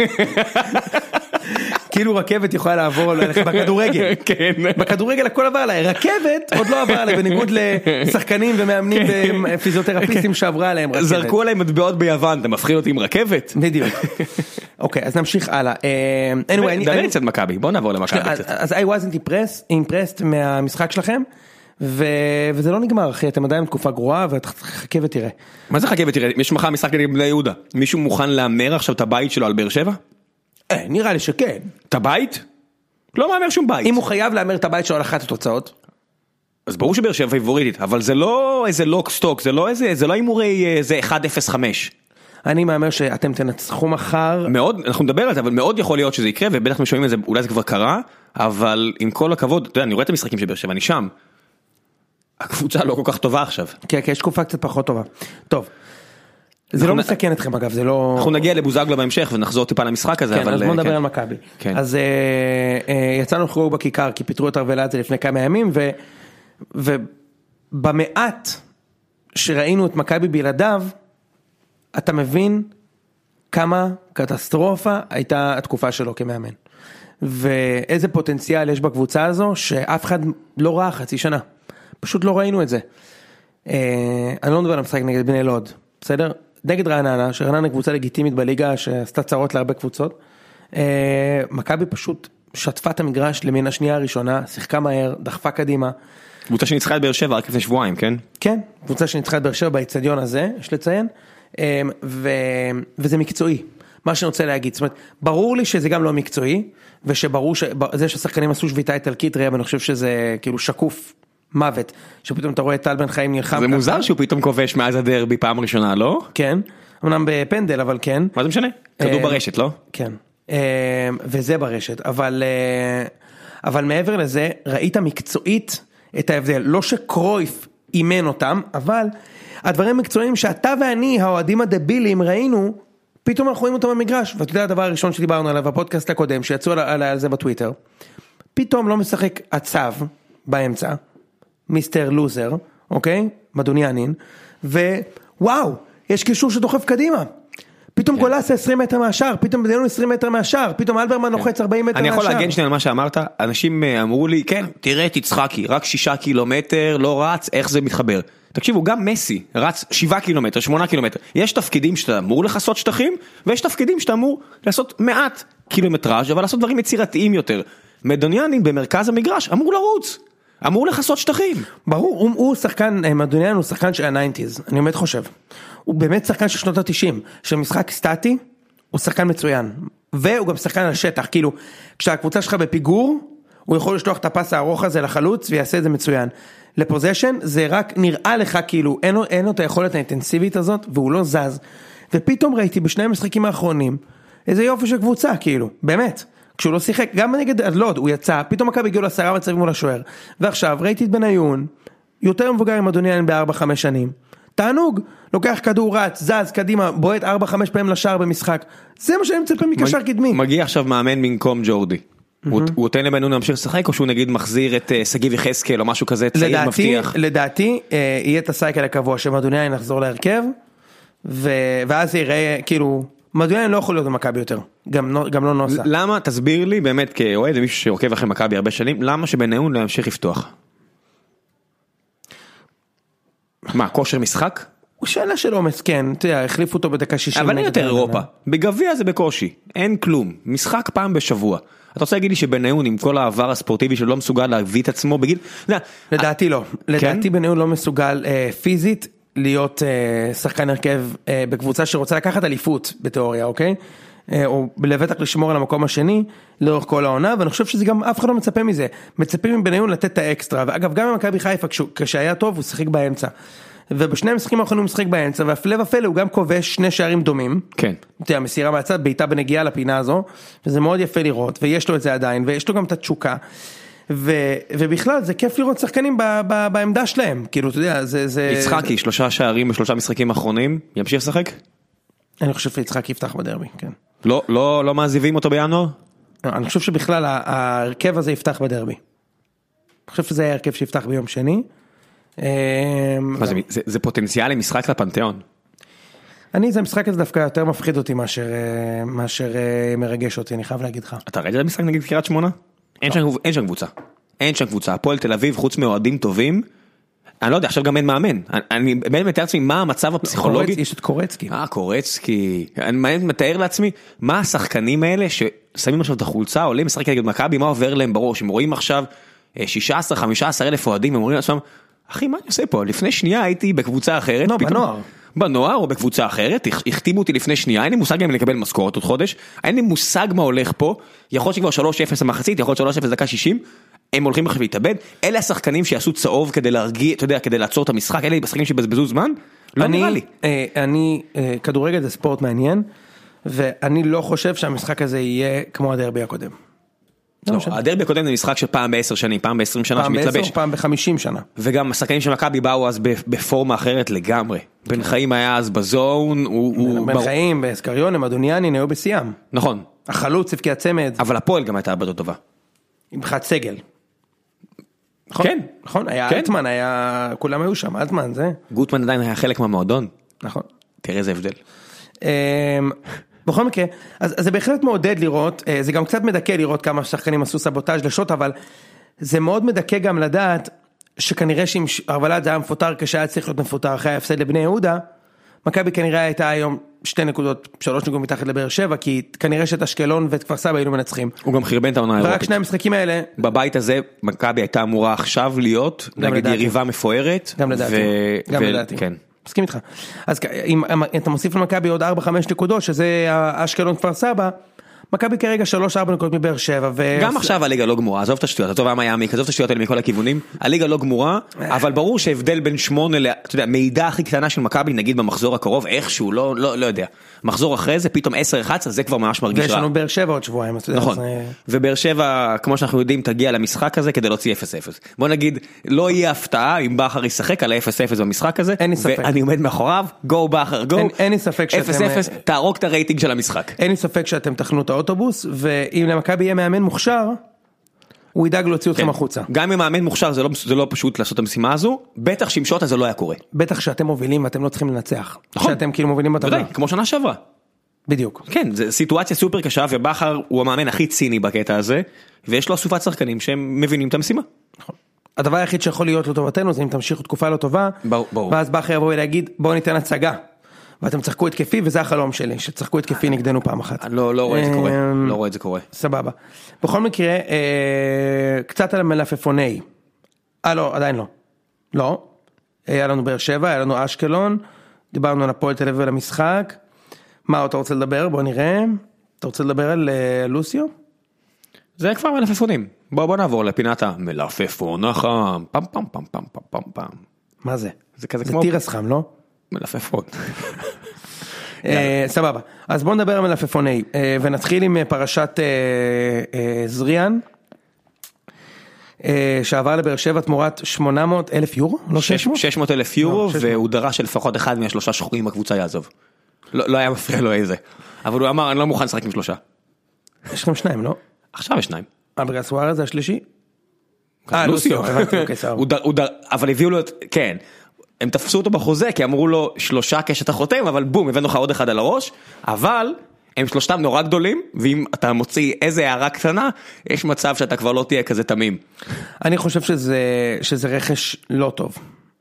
כאילו רכבת יכולה לעבור עליך בכדורגל. כן. בכדורגל הכל עבר עליי, רכבת עוד לא עבר עליי, בניגוד לשחקנים ומאמנים ופיזיותרפיסטים שעברה עליהם רכבת. זרקו עליהם מטבעות ביוון, אתה מפחיד אותי עם רכבת? בדיוק. אוקיי, אז נמשיך הלאה. דבר קצת מכבי, בוא נעבור למכבי קצת. אז I wasn't impressed מהמשחק שלכם, וזה לא נגמר אחי, אתם עדיין תקופה גרועה, וחכה ותראה. מה זה חכה ותראה? יש מחר משחק נגד בני יהודה. מישהו מוכן לאמר עכשיו את הבית שלו על באר שבע? אה, נראה לי שכן. את הבית? לא מאמר שום בית. אם הוא חייב לאמר את הבית שלו על אחת התוצאות. אז ברור שבאר שבע פייבוריטית, אבל זה לא איזה לוק סטוק, זה לא איזה, זה לא אימורי איזה אחד אפס חמש. אני מאמר שאתם תנצחו מחר. מאוד, אנחנו נדבר על זה, אבל מאוד יכול להיות שזה יקרה, ובטח משומעים את זה, אולי זה כבר קרה, אבל עם כל הכבוד, אתה יודע, אני רואה את המשחקים של באר שבע, אני שם. הקבוצה לא כל כך טובה עכשיו. כן, כי יש תקופה קצת פחות טובה. טוב. זה לא מסכן אתכם אגב, זה לא... אנחנו נגיע לבוזגלו בהמשך ונחזור טיפה למשחק הזה, אבל... כן, אז בוא נדבר על מכבי. אז יצאנו לחגוג בכיכר, כי פיטרו את ארוולאדזה לפני כמה ימים, ובמעט שראינו את מכבי בלעדיו, אתה מבין כמה קטסטרופה הייתה התקופה שלו כמאמן. ואיזה פוטנציאל יש בקבוצה הזו, שאף אחד לא ראה חצי שנה. פשוט לא ראינו את זה. אני לא מדבר על המשחק נגד בני לוד, בסדר? נגד רעננה, שרעננה קבוצה לגיטימית בליגה, שעשתה צרות להרבה קבוצות. מכבי פשוט שטפה את המגרש למין השנייה הראשונה, שיחקה מהר, דחפה קדימה. קבוצה שניצחה את באר שבע רק לפני שבועיים, כן? כן, קבוצה שניצחה את באר שבע באצטדיון הזה, יש לציין, ו... וזה מקצועי. מה שאני רוצה להגיד, זאת אומרת, ברור לי שזה גם לא מקצועי, ושברור שזה שהשחקנים עשו שביתה איטלקית, ראה, ואני חושב שזה כאילו שקוף מוות, שפתאום אתה רואה את טל בן חיים נלחם. זה מוזר שהוא פתאום כובש מאז הדרבי פעם ראשונה, לא? כן, אמנם בפנדל, אבל כן. מה זה משנה? כדור ברשת, לא? כן, וזה ברשת, אבל, אבל מעבר לזה, ראית מקצועית את ההבדל, לא שקרויף אימן אותם, אבל הדברים המקצועיים שאתה ואני, האוהדים הדבילים, ראינו, פתאום אנחנו רואים אותם במגרש, ואתה יודע הדבר הראשון שדיברנו עליו, בפודקאסט הקודם, שיצאו על זה בטוויטר, פתאום לא משחק עצב באמצע, מיסטר לוזר, אוקיי? מדוניאנין, ווואו, יש קישור שדוחף קדימה. פתאום גולסה עשרים מטר מהשאר, פתאום בניון עשרים מטר מהשאר, פתאום אלברמן נוחץ ארבעים מטר מהשאר. אני יכול להגן שנייה על מה שאמרת, אנשים אמרו לי, כן, תראה את יצחקי, רק שישה קילומטר, לא רץ, איך זה מתחבר? תקשיבו, גם מסי רץ שבעה קילומטר, שמונה קילומטר. יש תפקידים שאתה אמור לחסות שטחים, ויש תפקידים שאתה אמור לעשות מעט קילומטראז' אבל לעשות דברים יצירתיים יותר. מדוניאנין במרכז המגרש אמור לרוץ, אמור לחסות שטחים. ברור, הוא, הוא שחקן, מדוניאנין הוא שחקן של ה-תשעים, אני באמת חושב. הוא באמת שחקן של שנות ה-תשעים, שמשחק סטטי, הוא שחקן מצוין. והוא גם שחקן על שטח, כאילו, כשהקבוצה שלך בפיגור, הוא יכול לשלוח את הפס הארוך הזה לחלוץ, ויעשה את זה מצוין. לפוזיישן, זה רק נראה לך כאילו, אין לו, אין לו את היכולת האינטנסיבית הזאת, והוא לא זז. ופתאום ראיתי בשני המשחקים האחרונים, איזה יופי של קבוצה, כאילו, באמת. כשהוא לא שיחק, גם נגד אדלוד, הוא יצא, פתאום מכבי הגיעו לעשרה מצבים מול השוער. ועכשיו, ראיתי את בניון, יותר מבוגר עם מדוניאנין בארבע חמש שנים. תענוג, לוקח כדור רץ, זז, קדימה, בועט ארבע חמש פעמים לשער במשחק. זה מה שאני מצפה מקשר קדמי. מגיע עכשיו מאמן במקום ג'ורדי. הוא נותן לבניון להמשיך לשחק, או שהוא נגיד מחזיר את שגיב יחזקאל, או משהו כזה, צעיר מבטיח? לדעתי, יהיה את הסייקל הקבוע, שמדוניאנין יחזור להרכב, ואז יראה, כאילו, מדוניאנין לא יכול להיות במכבי יותר, גם לא נוסע. למה, תסביר לי, באמת כאוהד, מישהו שעוקב אחרי מכבי הרבה שנים, למה שבניון לא ימשיך לפתוח? מה, כושר משחק? הוא שאלה של אומץ, כן, אתה יודע, החליפו אותו בדקה שישים. אבל אין יותר אירופה, בגביע זה בקושי, אין כלום, משחק פעם בשבוע. אתה רוצה להגיד לי שבניון עם כל העבר הספורטיבי שלא מסוגל להביא את עצמו בגיל? לדעתי לא, לדעתי בניון לא מסוגל פיזית להיות שחקן הרכב בקבוצה שרוצה לקחת אליפות בתיאוריה, אוקיי? או לבטח לשמור על המקום השני לאורך כל העונה, ואני חושב שזה גם אף אחד לא מצפה מזה. מצפים מבניון לתת את האקסטרה, ואגב גם במכבי חיפה כשהיה טוב הוא שיחק באמצע. ובשני המשחקים האחרונים הוא משחק באמצע, והפלא ופלא הוא גם כובש שני שערים דומים. כן. תראה, מסירה מהצד, בעיטה בנגיעה לפינה הזו, וזה מאוד יפה לראות, ויש לו את זה עדיין, ויש לו גם את התשוקה. ו, ובכלל, זה כיף לראות שחקנים ב, ב, בעמדה שלהם. כאילו, אתה יודע, זה... זה... יצחקי, שלושה שערים בשלושה משחקים האחרונים, ימשיך לשחק? אני חושב שיצחקי יפתח בדרבי, כן. לא, לא, לא מעזיבים אותו בינואר? אני חושב שבכלל ההרכב הזה יפתח בדרבי. אני חושב שזה היה הרכב שיפתח ביום שני. זה, זה, זה פוטנציאל למשחק לפנתיאון. אני, זה המשחק הזה דווקא יותר מפחיד אותי מאשר, מאשר מרגש אותי, אני חייב להגיד לך. אתה ראית את המשחק נגד קריית שמונה? אין שם, אין שם קבוצה. אין שם קבוצה. הפועל תל אביב, חוץ מאוהדים טובים, אני לא יודע, עכשיו גם אין מאמן. אני באמת מתאר לעצמי מה המצב הפסיכולוגי. יש את קורצקי. אה, קורצקי. אני מתאר לעצמי מה השחקנים האלה ששמים עכשיו את החולצה, עולים משחק נגד מכבי, מה עובר להם בראש? הם רואים עכשיו שישה עשר חמישה עשר אלף אוהדים, הם אומרים לעצמם, אחי, מה אני עושה פה? לפני שנייה הייתי בקבוצה אחרת. לא, בנוער. בנוער או בקבוצה אחרת, החתימו אותי לפני שנייה, אין לי מושג אם לקבל משכורת עוד חודש, אין לי מושג מה הולך פה, יכול להיות שכבר שלוש אפס המחצית, יכול להיות שלוש אפס דקה שישים, הם הולכים עכשיו להתאבד, אלה השחקנים שיעשו צהוב כדי להרגיע, אתה יודע, כדי לעצור את המשחק, אלה השחקנים שבזבזו זמן, לא נראה לי. אני, כדורגל זה ספורט מעניין, ואני לא חושב שהמשחק הזה יהיה כמו הדרבי הקודם. לא, הדרבי הקודם זה משחק של פעם בעשר שנים, פעם בעשרים שנה שמתלבש. פעם בעשר, פעם בחמישים שנה. וגם השחקנים של מכבי באו אז בפורמה אחרת לגמרי. בן חיים היה אז בזון. בן חיים, בסקריון, מדוניאנין, היו בשיאם. נכון. החלוץ, הבקיע הצמד. אבל הפועל גם הייתה בדו טובה. עם חד סגל. כן. נכון, היה אלטמן, היה, כולם היו שם, אלטמן, זה. גוטמן עדיין היה חלק מהמועדון. נכון. תראה איזה הבדל. בכל מקרה, אז זה בהחלט מעודד לראות, זה גם קצת מדכא לראות כמה שחקנים עשו סבוטאז' לשוט, אבל זה מאוד מדכא גם לדעת, שכנראה שאם ארוולד זה היה מפוטר כשהיה צריך להיות מפוטר אחרי ההפסד לבני יהודה, מכבי כנראה הייתה היום שתי נקודות, שלוש נקודות מתחת לבאר שבע, כי כנראה שאת אשקלון ואת כפר סבא היינו מנצחים. הוא גם חרבן את העונה האירופית. ורק שני המשחקים האלה... בבית הזה, מכבי הייתה אמורה עכשיו להיות, נגד יריבה מפוארת. גם לדעתי. גם לדעתי. כן. מסכים איתך. אז אם אתה מוסיף למכבי עוד ארבע חמש נקודות, שזה אשקלון כפר סבא, מכבי כרגע שלוש ארבע נקודות מבאר שבע. גם עכשיו הליגה לא גמורה, עזוב את השטויות, עזוב המיימי, עזוב את השטויות האלה מכל הכיוונים, הליגה לא גמורה, אבל ברור שהבדל בין שמונה, אתה יודע, מידע הכי קטנה של מכבי, נגיד במחזור הקרוב, איכשהו, לא, לא, לא יודע. מחזור אחרי זה, פתאום עשר אחת עשרה, זה כבר ממש מרגיש רע. ויש לנו באר שבע עוד שבועיים, נכון. ובאר שבע, כמו שאנחנו יודעים, תגיע למשחק הזה כדי להוציא אפס אפס. בוא נגיד, לא יהיה הפתעה אם בכר ישחק על ה-אפס אפס במשחק הזה, ואני עומד מאחוריו, go בכר, go. אין לי ספק שאתם... אפס אפס, תהרוג את הרייטינג של המשחק. אין לי ספק שאתם תחנו את האוטובוס, ואם למכבי יהיה מאמן מוכשר, הוא ידאג להוציא אתכם החוצה. גם אם מאמן מוכשר זה לא, זה לא פשוט לעשות את המשימה הזו, בטח שעם שוטה זה לא היה קורה. בטח שאתם מובילים ואתם לא צריכים לנצח. נכון. שאתם כאילו מובילים בטבלה. ודאי, כמו שנה שעברה. בדיוק. כן, זו סיטואציה סופר קשה, ובחר הוא המאמן הכי ציני בקטע הזה, ויש לו אסופת שחקנים שהם מבינים את המשימה. נכון. הדבר היחיד שיכול להיות לטובתנו, זה אם תמשיכו תקופה לא טובה, ברור, ברור. ואז בחר יבוא ולהגיד, בואו ניתן הצגה. ואתם צחקו התקפי, וזה החלום שלי, שצחקו התקפי נגדנו פעם אחת. לא, לא רואה את זה קורה, לא רואה את זה קורה. סבבה. בכל מקרה, קצת על המלפפוני. אה, לא, עדיין לא. לא. היה לנו באר שבע, היה לנו אשקלון, דיברנו על הפועל תל אביב ולמשחק. מה אתה רוצה לדבר? בוא נראה. אתה רוצה לדבר על לוסיו? זה כבר מלפפונים. בוא, בוא נעבור לפינת המלפפון החם. פם פם פם פם פם פם פם. מה זה? זה כזה זה כמו... תירס חם, לא? מלפפון. סבבה. אז בוא נדבר על מלפפוני, ונתחיל עם פרשת זריאן, שעבר לבאר שבע תמורת שמונה מאות אלף יורו? לא שש מאות? שש מאות אלף יורו, והוא דרש שלפחות אחד מהשלושה שחורים בקבוצה יעזוב. לא היה מפריע לו איזה. אבל הוא אמר, אני לא מוכן לשחק עם שלושה. יש לכם שניים, לא? עכשיו יש שניים. אה, בגלל סוארז זה השלישי? אה, לוסיו. אבל הביאו לו את, כן. הם תפסו אותו בחוזה, כי אמרו לו שלושה כשאתה חותם, אבל בום, הבאנו לך עוד אחד על הראש, אבל הם שלושתם נורא גדולים, ואם אתה מוציא איזה הערה קטנה, יש מצב שאתה כבר לא תהיה כזה תמים. אני חושב שזה, שזה רכש לא טוב.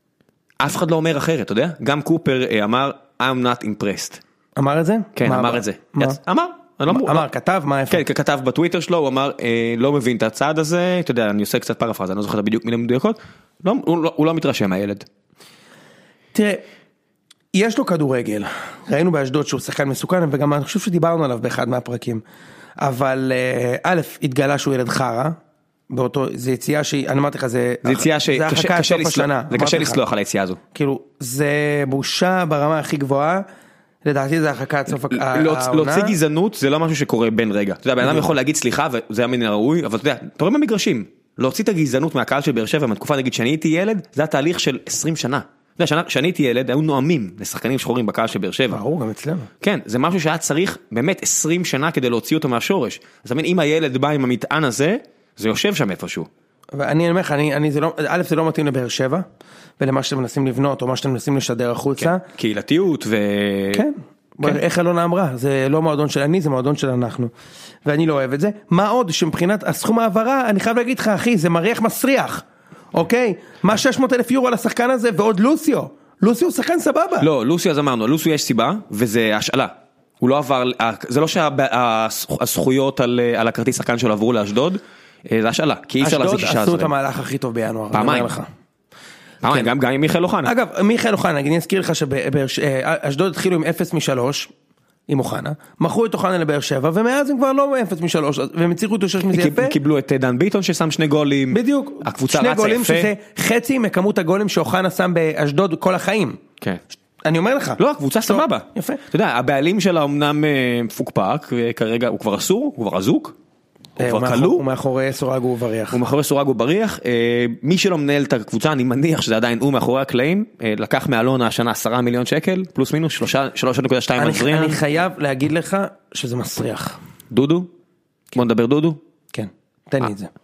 אף אחד לא אומר אחרת, אתה יודע? גם קופר אמר, I'm not impressed. אמר את זה? כן, אמר את זה. אמר. אמר, כתב, מה איפה? כן, כתב בטוויטר שלו, הוא אמר, לא מבין את הצעד הזה, אתה יודע, אני עושה קצת פרפרזה, אני לא זוכר בדיוק מילים מדויקות, הוא לא מתרשם מהילד. תראה, יש לו כדורגל, ראינו באשדוד שהוא שחקן מסוכן, וגם אני חושב שדיברנו עליו באחד מהפרקים, אבל א', התגלה שהוא ילד חרה, באותו, זה יציאה שהיא, אני אמרתי לך, זה יציאה שקשה לסלוח על היציאה הזו. כאילו, זה בושה ברמה הכי גבוהה, לדעתי זה הרחקה עד סוף העונה. להוציא גזענות זה לא משהו שקורה בין רגע. אתה יודע, בן אדם יכול להגיד סליחה, וזה היה מן הראוי, אבל אתה יודע, אתה רואה במגרשים, להוציא את הגזענות מהקהל של באר שבע, מהתקופה נגיד שאני הייתי ילד, זה התהליך של עשרים שנה. אתה יודע, שאני הייתי ילד, היו נועמים לשחקנים שחורים בקהל של באר שבע. ברור, גם אצלנו. כן, זה משהו שהיה צריך באמת עשרים שנה כדי להוציא אותו מהשורש. אז תמיד, אם הילד בא עם המטען הזה, זה יושב שם איפשהו. ואני אומר לך, אני, אני, זה לא, א', זה לא מתאים לבאר שבע, ולמה שאתם מנסים לבנות, או מה שאתם מנסים לשדר החוצה. כן, קהילתיות ו... כן. כן. איך אלונה אמרה, זה לא מועדון של אני, זה מועדון של אנחנו. ואני לא אוהב את זה. מה עוד שמבחינת הסכום העברה, אני חייב להגיד לך, אחי, זה מריח מסריח. אוקיי? מה שש מאות אלף יורו על השחקן הזה, ועוד לוסיו. לוסיו הוא שחקן סבבה. לא, לוסיו אז אמרנו, לוסיו יש סיבה, וזה השאלה. הוא לא עבר, זה לא שהזכויות על, על הכרטיס שחקן שלו עברו לאשדוד, זה השאלה, כי אי אפשר להחזיק שישה עזרים. אשדוד עשו את המהלך הכי טוב בינואר. פעמיים. פעמיים, גם, גם עם מיכאל אוחנה. אגב, מיכאל אוחנה, אני אזכיר לך שאשדוד התחילו עם אפס משלוש, עם אוחנה, מכרו את אוחנה לבאר שבע, ומאז הם כבר לא אפס משלוש, והם הצליחו אותו שיש מזה יפה. קיבלו את דן ביטון ששם שני גולים. בדיוק. הקבוצה שני רצה גולים יפה. שזה חצי מכמות הגולים שאוחנה שם באשדוד כל החיים. כן. אני אומר לך. לא, הקבוצה סבבה. יפה. אתה יודע, הבעלים שלה אמנם מפוקפק, וכרגע הוא כבר אסור, הוא כבר אזוק. הוא כבר כלוא. הוא מאחורי סורגו ובריח. הוא מאחורי סורגו ובריח. מי שלא מנהל את הקבוצה, אני מניח שזה עדיין הוא מאחורי הקלעים, לקח מאלונה השנה עשרה מיליון שקל, פלוס מינוס, שלוש נקודה שתיים מזריאן. אני חייב להגיד לך שזה מסריח. דודו? בוא נדבר דודו? כן, תן לי את זה.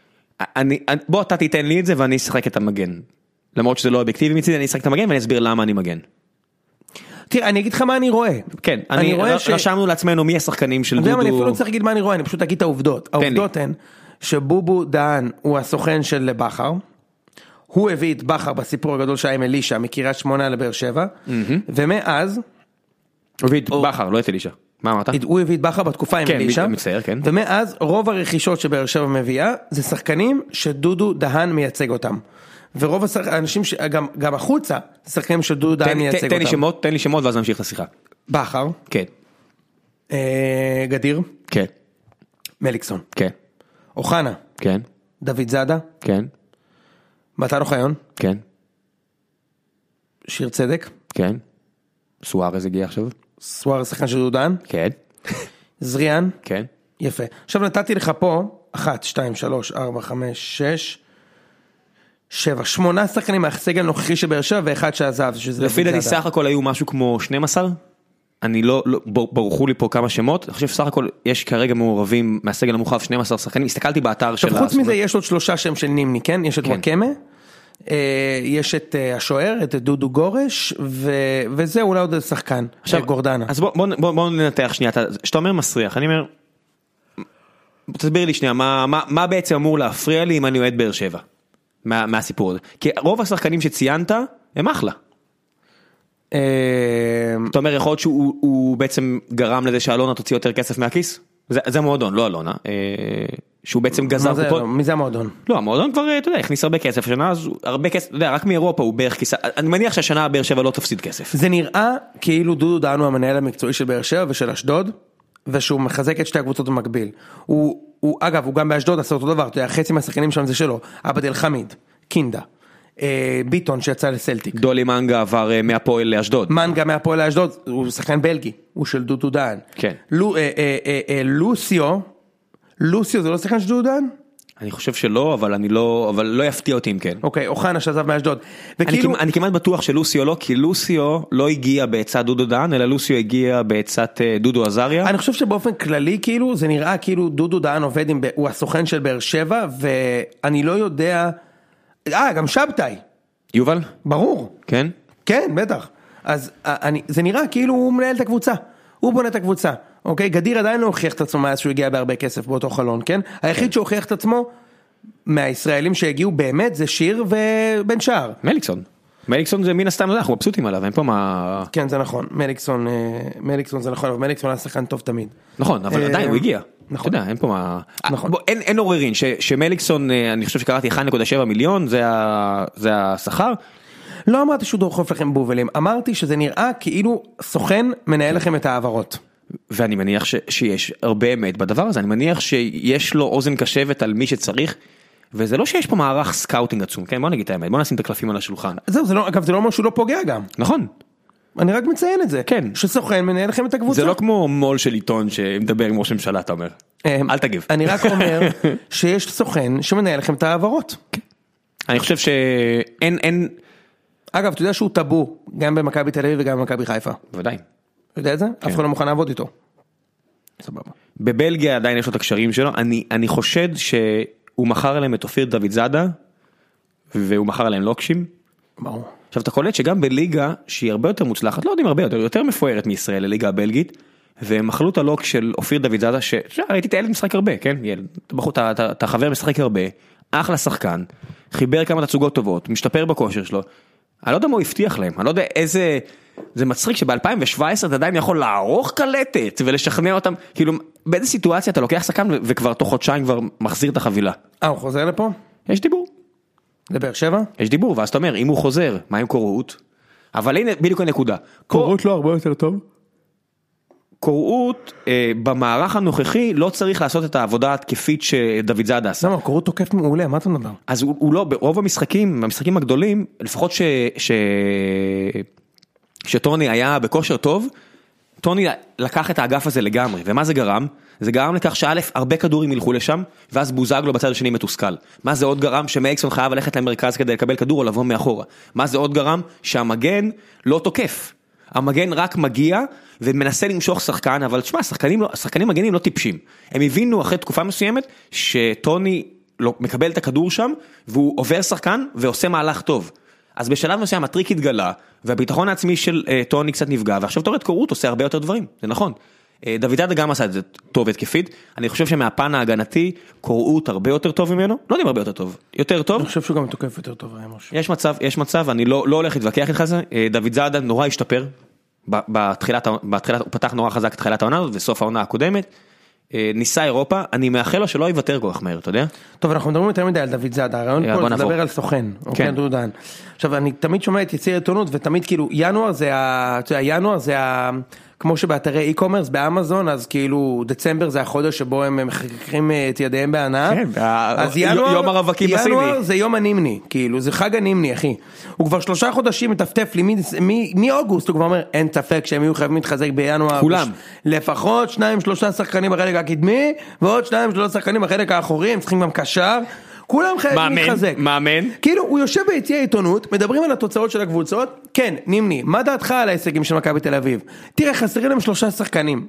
בוא אתה תיתן לי את זה ואני אשחק את המגן. למרות שזה לא אובייקטיבי מצידי, אני אשחק את המגן ואני אסביר למה אני מגן. תראה, אני אגיד לך מה אני רואה. כן, אני רשמנו לעצמנו מי השחקנים של דודו. אני אפילו לא צריך להגיד מה אני רואה, אני פשוט אגיד את העובדות. העובדות הן שבובו דהן הוא הסוכן של בכר, הוא הביא את בכר בסיפור הגדול שהיה עם אלישה, מקריית שמונה לבאר שבע, ומאז... הוא הביא את בכר, לא את אלישה. מה אמרת? הוא הביא את בכר בתקופה עם אלישה, כן, מצטער, כן. ומאז רוב הרכישות שבאר שבע מביאה, זה שחקנים שדודו דהן מייצג אותם. ורוב האנשים, גם, גם החוצה, שחקנים שדודו דהן מייצג אותם. תן לי שמות, תן לי שמות ואז נמשיך את השיחה. בכר. כן. גדיר. כן. מליקסון. כן. אוחנה. כן. דוד זאדה. כן. מתן אוחיון. כן. שיר צדק. כן. סוארז הגיע עכשיו. סוארז שחקן של דודו דהן. כן. זריאן. כן. יפה. עכשיו נתתי לך פה, אחת, שתיים, שלוש, ארבע, חמש, שש, שבע, שמונה שחקנים מהסגל הנוכחי של באר שבע ואחד שעזב. לפי דעתי סך הכל היו משהו כמו שנים עשר? אני לא, לא ברחו לי פה כמה שמות, אני חושב סך הכל יש כרגע מעורבים מהסגל המורחב שנים עשר שחקנים, הסתכלתי באתר של... חוץ מזה יש עוד שלושה שם של נימני, כן? יש את וואקמה, יש את השוער, את דודו גורש, וזה אולי עוד שחקן, גורדנה. אז בואו ננתח שנייה, שאתה אומר מסריח, אני אומר, תסביר לי שנייה, מה בעצם אמור להפריע לי אם אני אוהד באר שבע, מהסיפור הזה? כי רוב השחקנים שציינת, הם אחלה. אתה אומר, יכול להיות שהוא בעצם גרם לזה שאלונה תוציא יותר כסף מהכיס? זה המועדון, לא אלונה. שהוא בעצם גזר אותו. מי זה המועדון? לא, המועדון כבר, אתה יודע, הכניס הרבה כסף. השנה, הרבה כסף, אתה יודע, רק מאירופה הוא בערך כיסה. אני מניח שהשנה באר שבע לא תפסיד כסף. זה נראה כאילו דודו דהן הוא המנהל המקצועי של באר שבע ושל אשדוד, ושהוא מחזק את שתי הקבוצות במקביל. הוא, אגב, הוא גם באשדוד עשה אותו דבר, אתה יודע, חצי מהשחקנים שם זה שלו. עבד אל חמיד, קינדה. ביטון שיצא לסלטיק. דולי מנגה עבר מהפועל לאשדוד. מנגה מהפועל לאשדוד, הוא שחקן בלגי, הוא של דודו דהן. כן. לוסיו, לוסיו זה לא שחקן של דודו דהן? אני חושב שלא, אבל אני לא, אבל לא יפתיע אותי אם כן. אוקיי, אוחנה שעזב מאשדוד. אני כמעט בטוח שלוסיו לא, כי לוסיו לא הגיע בעצת דודו דהן, אלא לוסיו הגיע בעצת דודו עזריה. אני חושב שבאופן כללי, כאילו, זה נראה כאילו דודו דהן עובד עם, הוא הסוכן של באר שבע, ואני לא יודע... אה, גם שבתאי. יובל? ברור. כן? כן, בטח. אז אני, זה נראה כאילו הוא מנהל את הקבוצה. הוא בונה את הקבוצה. אוקיי? גדיר עדיין לא הוכיח את עצמו מאז שהוא הגיע בהרבה כסף באותו חלון, כן? היחיד שהוכיח את עצמו מהישראלים שהגיעו באמת זה שיר ובן שער. מליקסון. מליקסון זה מן הסתם, אנחנו מבסוטים עליו, אין פה מה... כן, זה נכון. מליקסון, מליקסון זה נכון, אבל מליקסון היה שחקן טוב תמיד. נכון, אבל עדיין הוא הגיע. נכון. אתה יודע, אין פה מה... נכון. אין, אין עוררין, ש, שמליקסון, אני חושב שקראתי אחד נקודה שבע מיליון, זה, ה, זה השכר. לא אמרתי שהוא דוחף לכם בובלים, אמרתי שזה נראה כאילו סוכן מנהל לכם את העברות. ואני מניח ש, שיש הרבה אמת בדבר הזה, אני מניח שיש לו אוזן קשבת על מי שצריך, וזה לא שיש פה מערך סקאוטינג עצום, כן? בוא נגיד את האמת, בוא נשים את הקלפים על השולחן. זהו, זה לא, אגב, זה לא אומר שהוא לא פוגע גם. נכון. אני רק מציין את זה. כן. שסוכן מנהל לכם את הקבוצה. זה לא כמו מול של עיתון שמדבר עם ראש ממשלה, אתה אומר. אל תגיב. אני רק אומר שיש סוכן שמנהל לכם את העברות. אני חושב שאין, אין... אגב, אתה יודע שהוא טאבו, גם במכבי תל אביב וגם במכבי חיפה. בוודאי. אתה יודע את זה? אף אחד לא מוכן לעבוד איתו. סבבה. בבלגיה עדיין יש לו את הקשרים שלו. אני, אני חושד שהוא מכר עליהם את אופיר דוד זאדה, והוא מכר עליהם לוקשים. ברור. עכשיו אתה קולט שגם בליגה שהיא הרבה יותר מוצלחת, לא יודעים הרבה יותר, יותר מפוארת מישראל, לליגה הבלגית, והם אכלו את הלוק של אופיר דוד זאדה, שראיתי את הילד משחק הרבה, כן? אתה חבר משחק הרבה, אחלה שחקן, חיבר כמה תצוגות טובות, משתפר בכושר שלו, אני לא יודע מה הוא הבטיח להם, אני לא יודע איזה, זה מצחיק שב-אלפיים שבע עשרה אתה עדיין יכול לערוך קלטת ולשכנע אותם, כאילו באיזה סיטואציה אתה לוקח שחקן וכבר תוך חודשיים כבר מחזיר את החבילה. אה, הוא חוזר לפה? יש דיבור. לבאר שבע? יש דיבור, ואז אתה אומר, אם הוא חוזר, מה עם קוראות? אבל הנה, בדיוק הנקודה. קוראות לא הרבה יותר טוב? קוראות, אה, במערך הנוכחי, לא צריך לעשות את העבודה התקפית שדוד זאדה עשה. למה, קוראות תוקף מעולה, מה אתה מדבר? אז הוא, הוא לא, ברוב המשחקים, המשחקים הגדולים, לפחות ש, ש, שטוני היה בכושר טוב, טוני לקח את האגף הזה לגמרי, ומה זה גרם? זה גרם לכך שא' הרבה כדורים ילכו לשם, ואז בוזגלו בצד השני מתוסכל. מה זה עוד גרם? שמליקסון חייב ללכת למרכז כדי לקבל כדור או לבוא מאחורה. מה זה עוד גרם? שהמגן לא תוקף. המגן רק מגיע ומנסה למשוך שחקן, אבל תשמע, שחקנים, לא, שחקנים מגנים לא טיפשים. הם הבינו אחרי תקופה מסוימת שטוני לא, מקבל את הכדור שם, והוא עובר שחקן ועושה מהלך טוב. אז בשלב מסוים הטריק התגלה, והביטחון העצמי של uh, טוני קצת נפגע, ועכשיו תורד קורות עושה הרבה יותר דברים, זה נכון. Uh, דוד זאדה גם עשה את זה טוב התקפית, אני חושב שמהפן ההגנתי, קורות הרבה יותר טוב ממנו, לא יודעים הרבה יותר טוב, יותר טוב. אני חושב שהוא גם תוקף יותר טוב, יש מצב, יש מצב, אני לא, לא הולך להתווכח איתך זה, uh, דוד זאדה נורא השתפר, בתחילת, בתחילת, הוא פתח נורא חזק את תחילת העונה הזאת, וסוף העונה הקודמת, ניסה אירופה, אני מאחל לו שלא יוותר כל כך מהר, אתה יודע? טוב, אנחנו מדברים יותר מדי על דוד זאדה, הרעיון פה זה לדבר על סוכן, אוקיי, דודו דהן. עכשיו, אני תמיד שומע את יציר עיתונות, ותמיד כאילו, ינואר זה ה... ינואר זה ה... כמו שבאתרי e-commerce באמזון, אז כאילו דצמבר זה החודש שבו הם מחכים את ידיהם בהנאה. כן, יום הרווקים בסיני. ינואר זה יום הנימני, כאילו, זה חג הנימני, אחי. הוא כבר שלושה חודשים מטפטף לי, מאוגוסט הוא כבר אומר, אין ספק שהם יהיו חייבים להתחזק בינואר. כולם. לפחות שניים, שלושה שחקנים בחלק הקדמי, ועוד שניים, שלושה שחקנים בחלק האחורי, הם צריכים גם קשר. כולם חייבים להתחזק. מאמן. כאילו, הוא יושב ביציע העיתונות, מדברים על התוצאות של הקבוצות, כן, נימני, מה דעתך על ההישגים של מכבי תל אביב? תראה, חסרים להם שלושה שחקנים.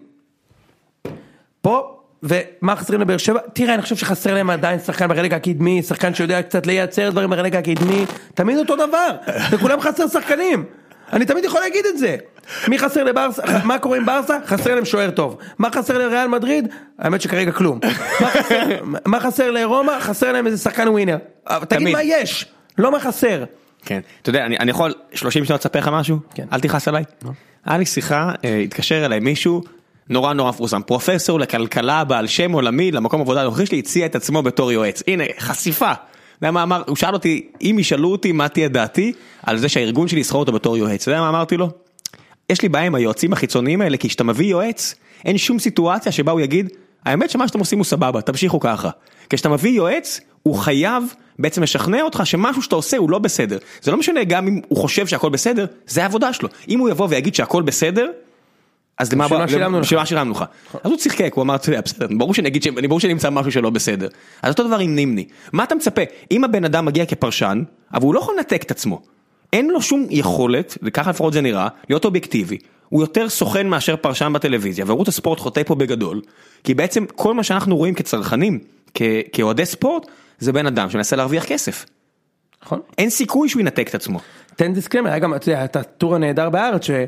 פה, ומה חסרים לבאר שבע? תראה, אני חושב שחסר להם עדיין שחקן בחלק הקדמי, שחקן שיודע קצת לייצר דברים בחלק הקדמי, תמיד אותו דבר, וכולם חסר שחקנים. אני תמיד יכול להגיד את זה. מי חסר לברסה? מה קורה עם ברסה? חסר להם שוער טוב. מה חסר לריאל מדריד? האמת שכרגע כלום. מה חסר, מה חסר לרומא? חסר להם איזה שחקן ווינר. תגיד מה יש, לא מה חסר. כן, אתה יודע, אני, אני יכול שלושים שנות לספר לך משהו? כן. אל תכעס עליי. לא. היה לי שיחה, התקשר אליי מישהו, נורא נורא מפורסם, פרופסור לכלכלה בעל שם עולמי, למקום עבודה הנוכחי שלי, הציע את עצמו בתור יועץ. הנה, חשיפה. אתה יודע מה אמר? הוא שאל אותי, אם ישאלו אותי מה תהיה דעתי, על זה שהארגון שלי יסחור אותו בתור יועץ. אתה יודע מה אמרתי לו? יש לי בעיה עם היועצים החיצוניים האלה, כי כשאתה מביא יועץ, אין שום סיטואציה שבה הוא יגיד, האמת שמה שאתם עושים הוא סבבה, תמשיכו ככה. כשאתה מביא יועץ, הוא חייב בעצם לשכנע אותך שמשהו שאתה עושה הוא לא בסדר. זה לא משנה גם אם הוא חושב שהכל בסדר, זה העבודה שלו. אם הוא יבוא ויגיד שהכל בסדר, אז למה שילמנו לך? אז הוא צחקק, הוא אמר, בסדר, ברור שנגיד, ברור שנמצא משהו שלא בסדר. אז אותו דבר עם נימני. מה אתה מצפה? אם הבן אדם מגיע כפרשן, אבל הוא לא יכול לנתק את עצמו. אין לו שום יכולת, וככה לפחות זה נראה, להיות אובייקטיבי. הוא יותר סוכן מאשר פרשן בטלוויזיה, וערוץ הספורט חוטא פה בגדול, כי בעצם כל מה שאנחנו רואים כצרכנים, כאוהדי ספורט, זה בן אדם שמנסה להרוויח כסף. נכון? אין סיכוי שהוא ינתק את עצמו. תן דיסקלמר, היה גם, אתה יודע, את הטור הנהדר בארץ, ש...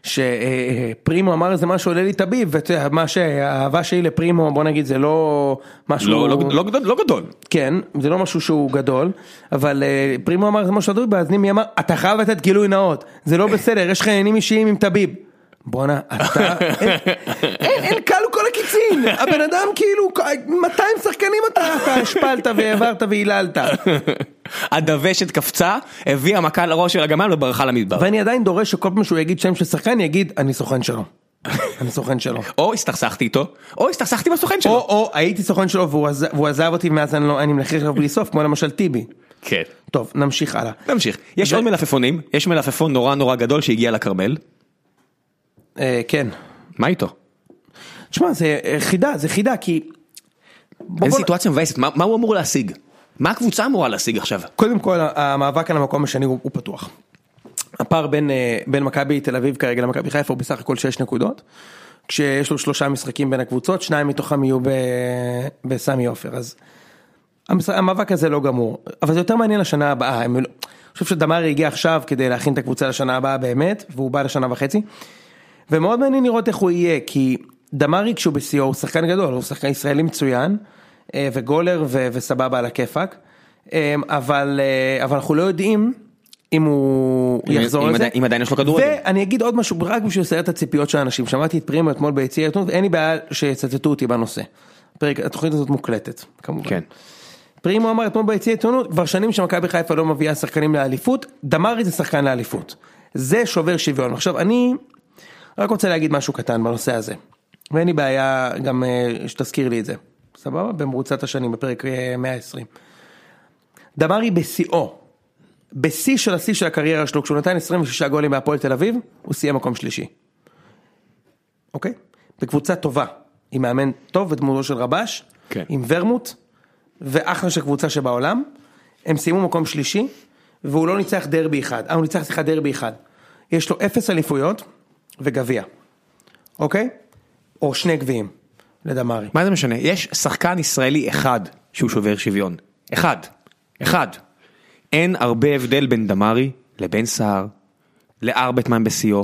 שפרימו אמר איזה משהו עולה לי טביב, ומה שהאהבה שלי לפרימו, בוא נגיד, זה לא משהו... לא, לא, לא, לא גדול. כן, זה לא משהו שהוא גדול, אבל פרימו אמר איזה משהו טביב, אז נימי אמר, אתה חייב לתת גילוי נאות, זה לא בסדר, יש לך עניינים אישיים עם טביב. בוא'נה, אתה... אין, אין קל כל הקיצין, הבן אדם כאילו, מאתיים שחקנים אתה השפלת והעברת והיללת. הדוושת קפצה, הביאה מכה לראש של הגמל וברחה למדבר. ואני עדיין דורש שכל פעם שהוא יגיד שם של שחקן, יגיד, אני סוכן שלו. אני סוכן שלו. או הסתכסכתי איתו, או הסתכסכתי בסוכן שלו. או, או הייתי סוכן שלו והוא עזב אותי, ומאז אני מלכריך לו בלי סוף, כמו למשל טיבי. כן. טוב, נמשיך הלאה. נמשיך. יש עוד מלפפונים, יש מלפפון נורא נורא גדול שהגיע לקרמל. כן. מה איתו? תשמע, זה חידה, זה חידה, כי... אין סיטואציה מבאסת, מה הוא אמור להשיג? מה הקבוצה אמורה להשיג עכשיו? קודם כל, המאבק על המקום השני הוא פתוח. הפער בין, בין מכבי תל אביב כרגע למכבי חיפה הוא בסך הכל שש נקודות, כשיש לו שלושה משחקים בין הקבוצות, שניים מתוכם יהיו בסמי עופר, אז המאבק הזה לא גמור, אבל זה יותר מעניין לשנה הבאה, אני חושב שדמרי הגיע עכשיו כדי להכין את הקבוצה לשנה הבאה באמת, והוא בא לשנה וחצי, ומאוד מעניין לראות איך הוא יהיה, כי דמרי כשהוא בסיור הוא שחקן גדול, הוא שחקן ישראלי מצוין, וגולר וסבבה על הכיפק, אבל אנחנו לא יודעים אם הוא יחזור לזה. אם עדיין יש לו כדורגל. ואני אגיד עוד משהו, רק בשביל לסייע את הציפיות של האנשים, שמעתי את פרימו אתמול ביציע העיתונות, ואין לי בעיה שיצטטו אותי בנושא. התוכנית הזאת מוקלטת, כמובן. כן. פרימו אמר אתמול ביציע העיתונות, כבר שנים שמכבי חיפה לא מביאה שחקנים לאליפות, דמרי זה שחקן לאליפות. זה שובר שוויון. עכשיו, אני רק רוצה להגיד משהו קטן בנושא הזה. ואין לי בעיה גם שתזכיר לי את זה. סבבה? במרוצת השנים, בפרק מאה ועשרים. דמרי בשיאו, בשיא של השיא של הקריירה שלו, כשהוא נתן עשרים ושישה גולים מהפועל תל אביב, הוא סיים מקום שלישי. אוקיי? בקבוצה טובה, עם מאמן טוב ודמותו של רבש, כן. עם ורמוט, ואחלה של קבוצה שבעולם, הם סיימו מקום שלישי, והוא לא ניצח דרבי אחד. אה, הוא ניצח שיחה דרבי אחד. יש לו אפס אליפויות וגביע. אוקיי? או שני גביעים. לדמרי. מה זה משנה? יש שחקן ישראלי אחד שהוא שובר שוויון. אחד. אחד. אין הרבה הבדל בין דמרי לבין סער, לארבטמן בסיו,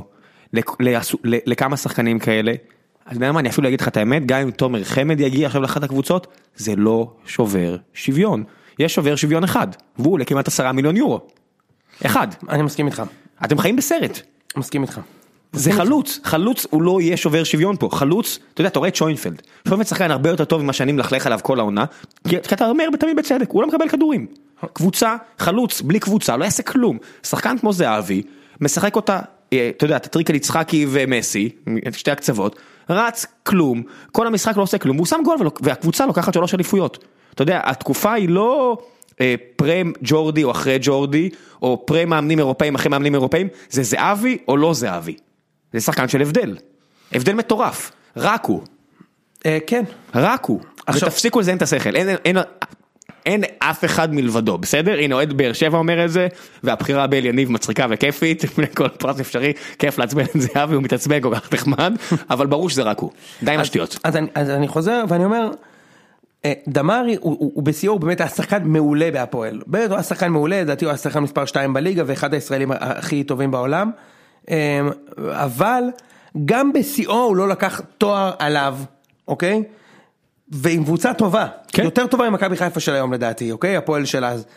לכמה שחקנים כאלה. אז מה, אני אפילו להגיד לך את האמת, גם אם תומר חמד יגיע עכשיו לאחת הקבוצות, זה לא שובר שוויון. יש שובר שוויון אחד, והוא עולה כמעט עשרה מיליון יורו. אחד. אני מסכים איתך. אתם חיים בסרט. מסכים איתך. זה חלוץ, חלוץ הוא לא יהיה שובר שוויון פה, חלוץ, אתה יודע, אתה רואה את שוינפלד, שוינפלד שחקן הרבה יותר טוב ממה שאני מלכלך עליו כל העונה, כי אתה אומר תמיד בצדק, הוא לא מקבל כדורים, קבוצה, חלוץ, בלי קבוצה, לא יעשה כלום, שחקן כמו זהבי, משחק אותה, אתה יודע, תטריק על יצחקי ומסי, שתי הקצוות, רץ כלום, כל המשחק לא עושה כלום, הוא שם גול, והקבוצה לוקחת שלוש אליפויות, אתה יודע, התקופה היא לא פרם ג'ורדי או אחרי ג'ורדי, או פרם מאמנים אירופאים אחרי מאמנים אירופאים, זה זהבי או לא זהבי. זה שחקן של הבדל. הבדל מטורף. רק הוא. כן. רק הוא. ותפסיקו לזיין את השכל. אין, אין, אין אף אחד מלבדו, בסדר? הנה, אוהד באר שבע אומר את זה, והבחירה באל יניב מצחיקה וכיפית, כל פרס אפשרי, כיף לעצבן את זהבי, הוא מתעצבן כל כך נחמד, אבל ברור שזה רק הוא. די עם השטויות. אז, אז, אז אני חוזר ואני אומר, דמרי הוא, הוא, הוא בסיור, הוא באמת היה שחקן מעולה בהפועל. באמת הוא היה שחקן מעולה, לדעתי הוא היה שחקן מספר שתיים בליגה, ואחד הישראלים הכי טובים בעולם. אבל גם בסיור הוא לא לקח תואר עליו, אוקיי? ועם קבוצה טובה, כן. יותר טובה עם מכבי חיפה של היום לדעתי, אוקיי? הפועל של אז.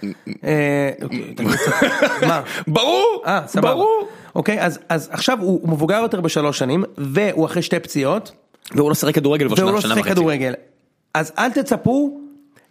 מה? ברור, אה, סבבה. ברור. אוקיי, אז, אז עכשיו הוא, הוא מבוגר יותר בשלוש שנים, והוא אחרי שתי פציעות. והוא לא שחק כדורגל בשנה והוא לא שנה שחק וחצי. כדורגל. אז אל תצפו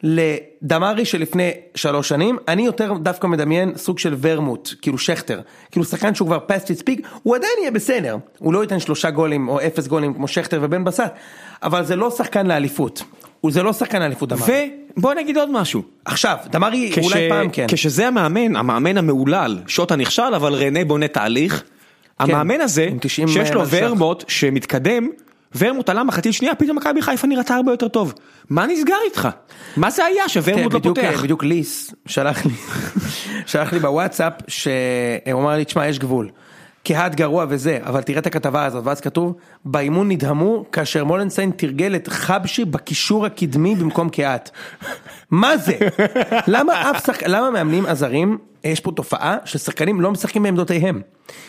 לדמרי שלפני שלוש שנים, אני יותר דווקא מדמיין סוג של ורמוט, כאילו שכטר, כאילו שחקן שהוא כבר פסט ספיק, הוא עדיין יהיה בסדר, הוא לא ייתן שלושה גולים או אפס גולים כמו שכטר ובן בסט, אבל זה לא שחקן לאליפות, זה לא שחקן לאליפות דמרי. ובוא נגיד עוד משהו. עכשיו, דמרי כש... אולי פעם כן. כשזה המאמן, המאמן המעולל, שוט הנכשל, אבל רנה בונה תהליך, כן. המאמן הזה, שיש לו ורמוט שמתקדם, ורמוט עלה מחצית שנייה, פתאום מכבי חיפה נראתה הרבה יותר טוב. מה נסגר איתך? מה זה היה שוורמוט לא פותח? בדיוק ליס שלח לי, שלח לי בוואטסאפ, שהוא אמר לי, תשמע, יש גבול. כהד גרוע וזה, אבל תראה את הכתבה הזאת, ואז כתוב, באימון נדהמו, כאשר מולנסיין תרגל את חבשי בקישור הקדמי במקום כהת. מה זה? למה אף שחק... למה מאמנים עזרים, יש פה תופעה, ששחקנים לא משחקים בעמדותיהם.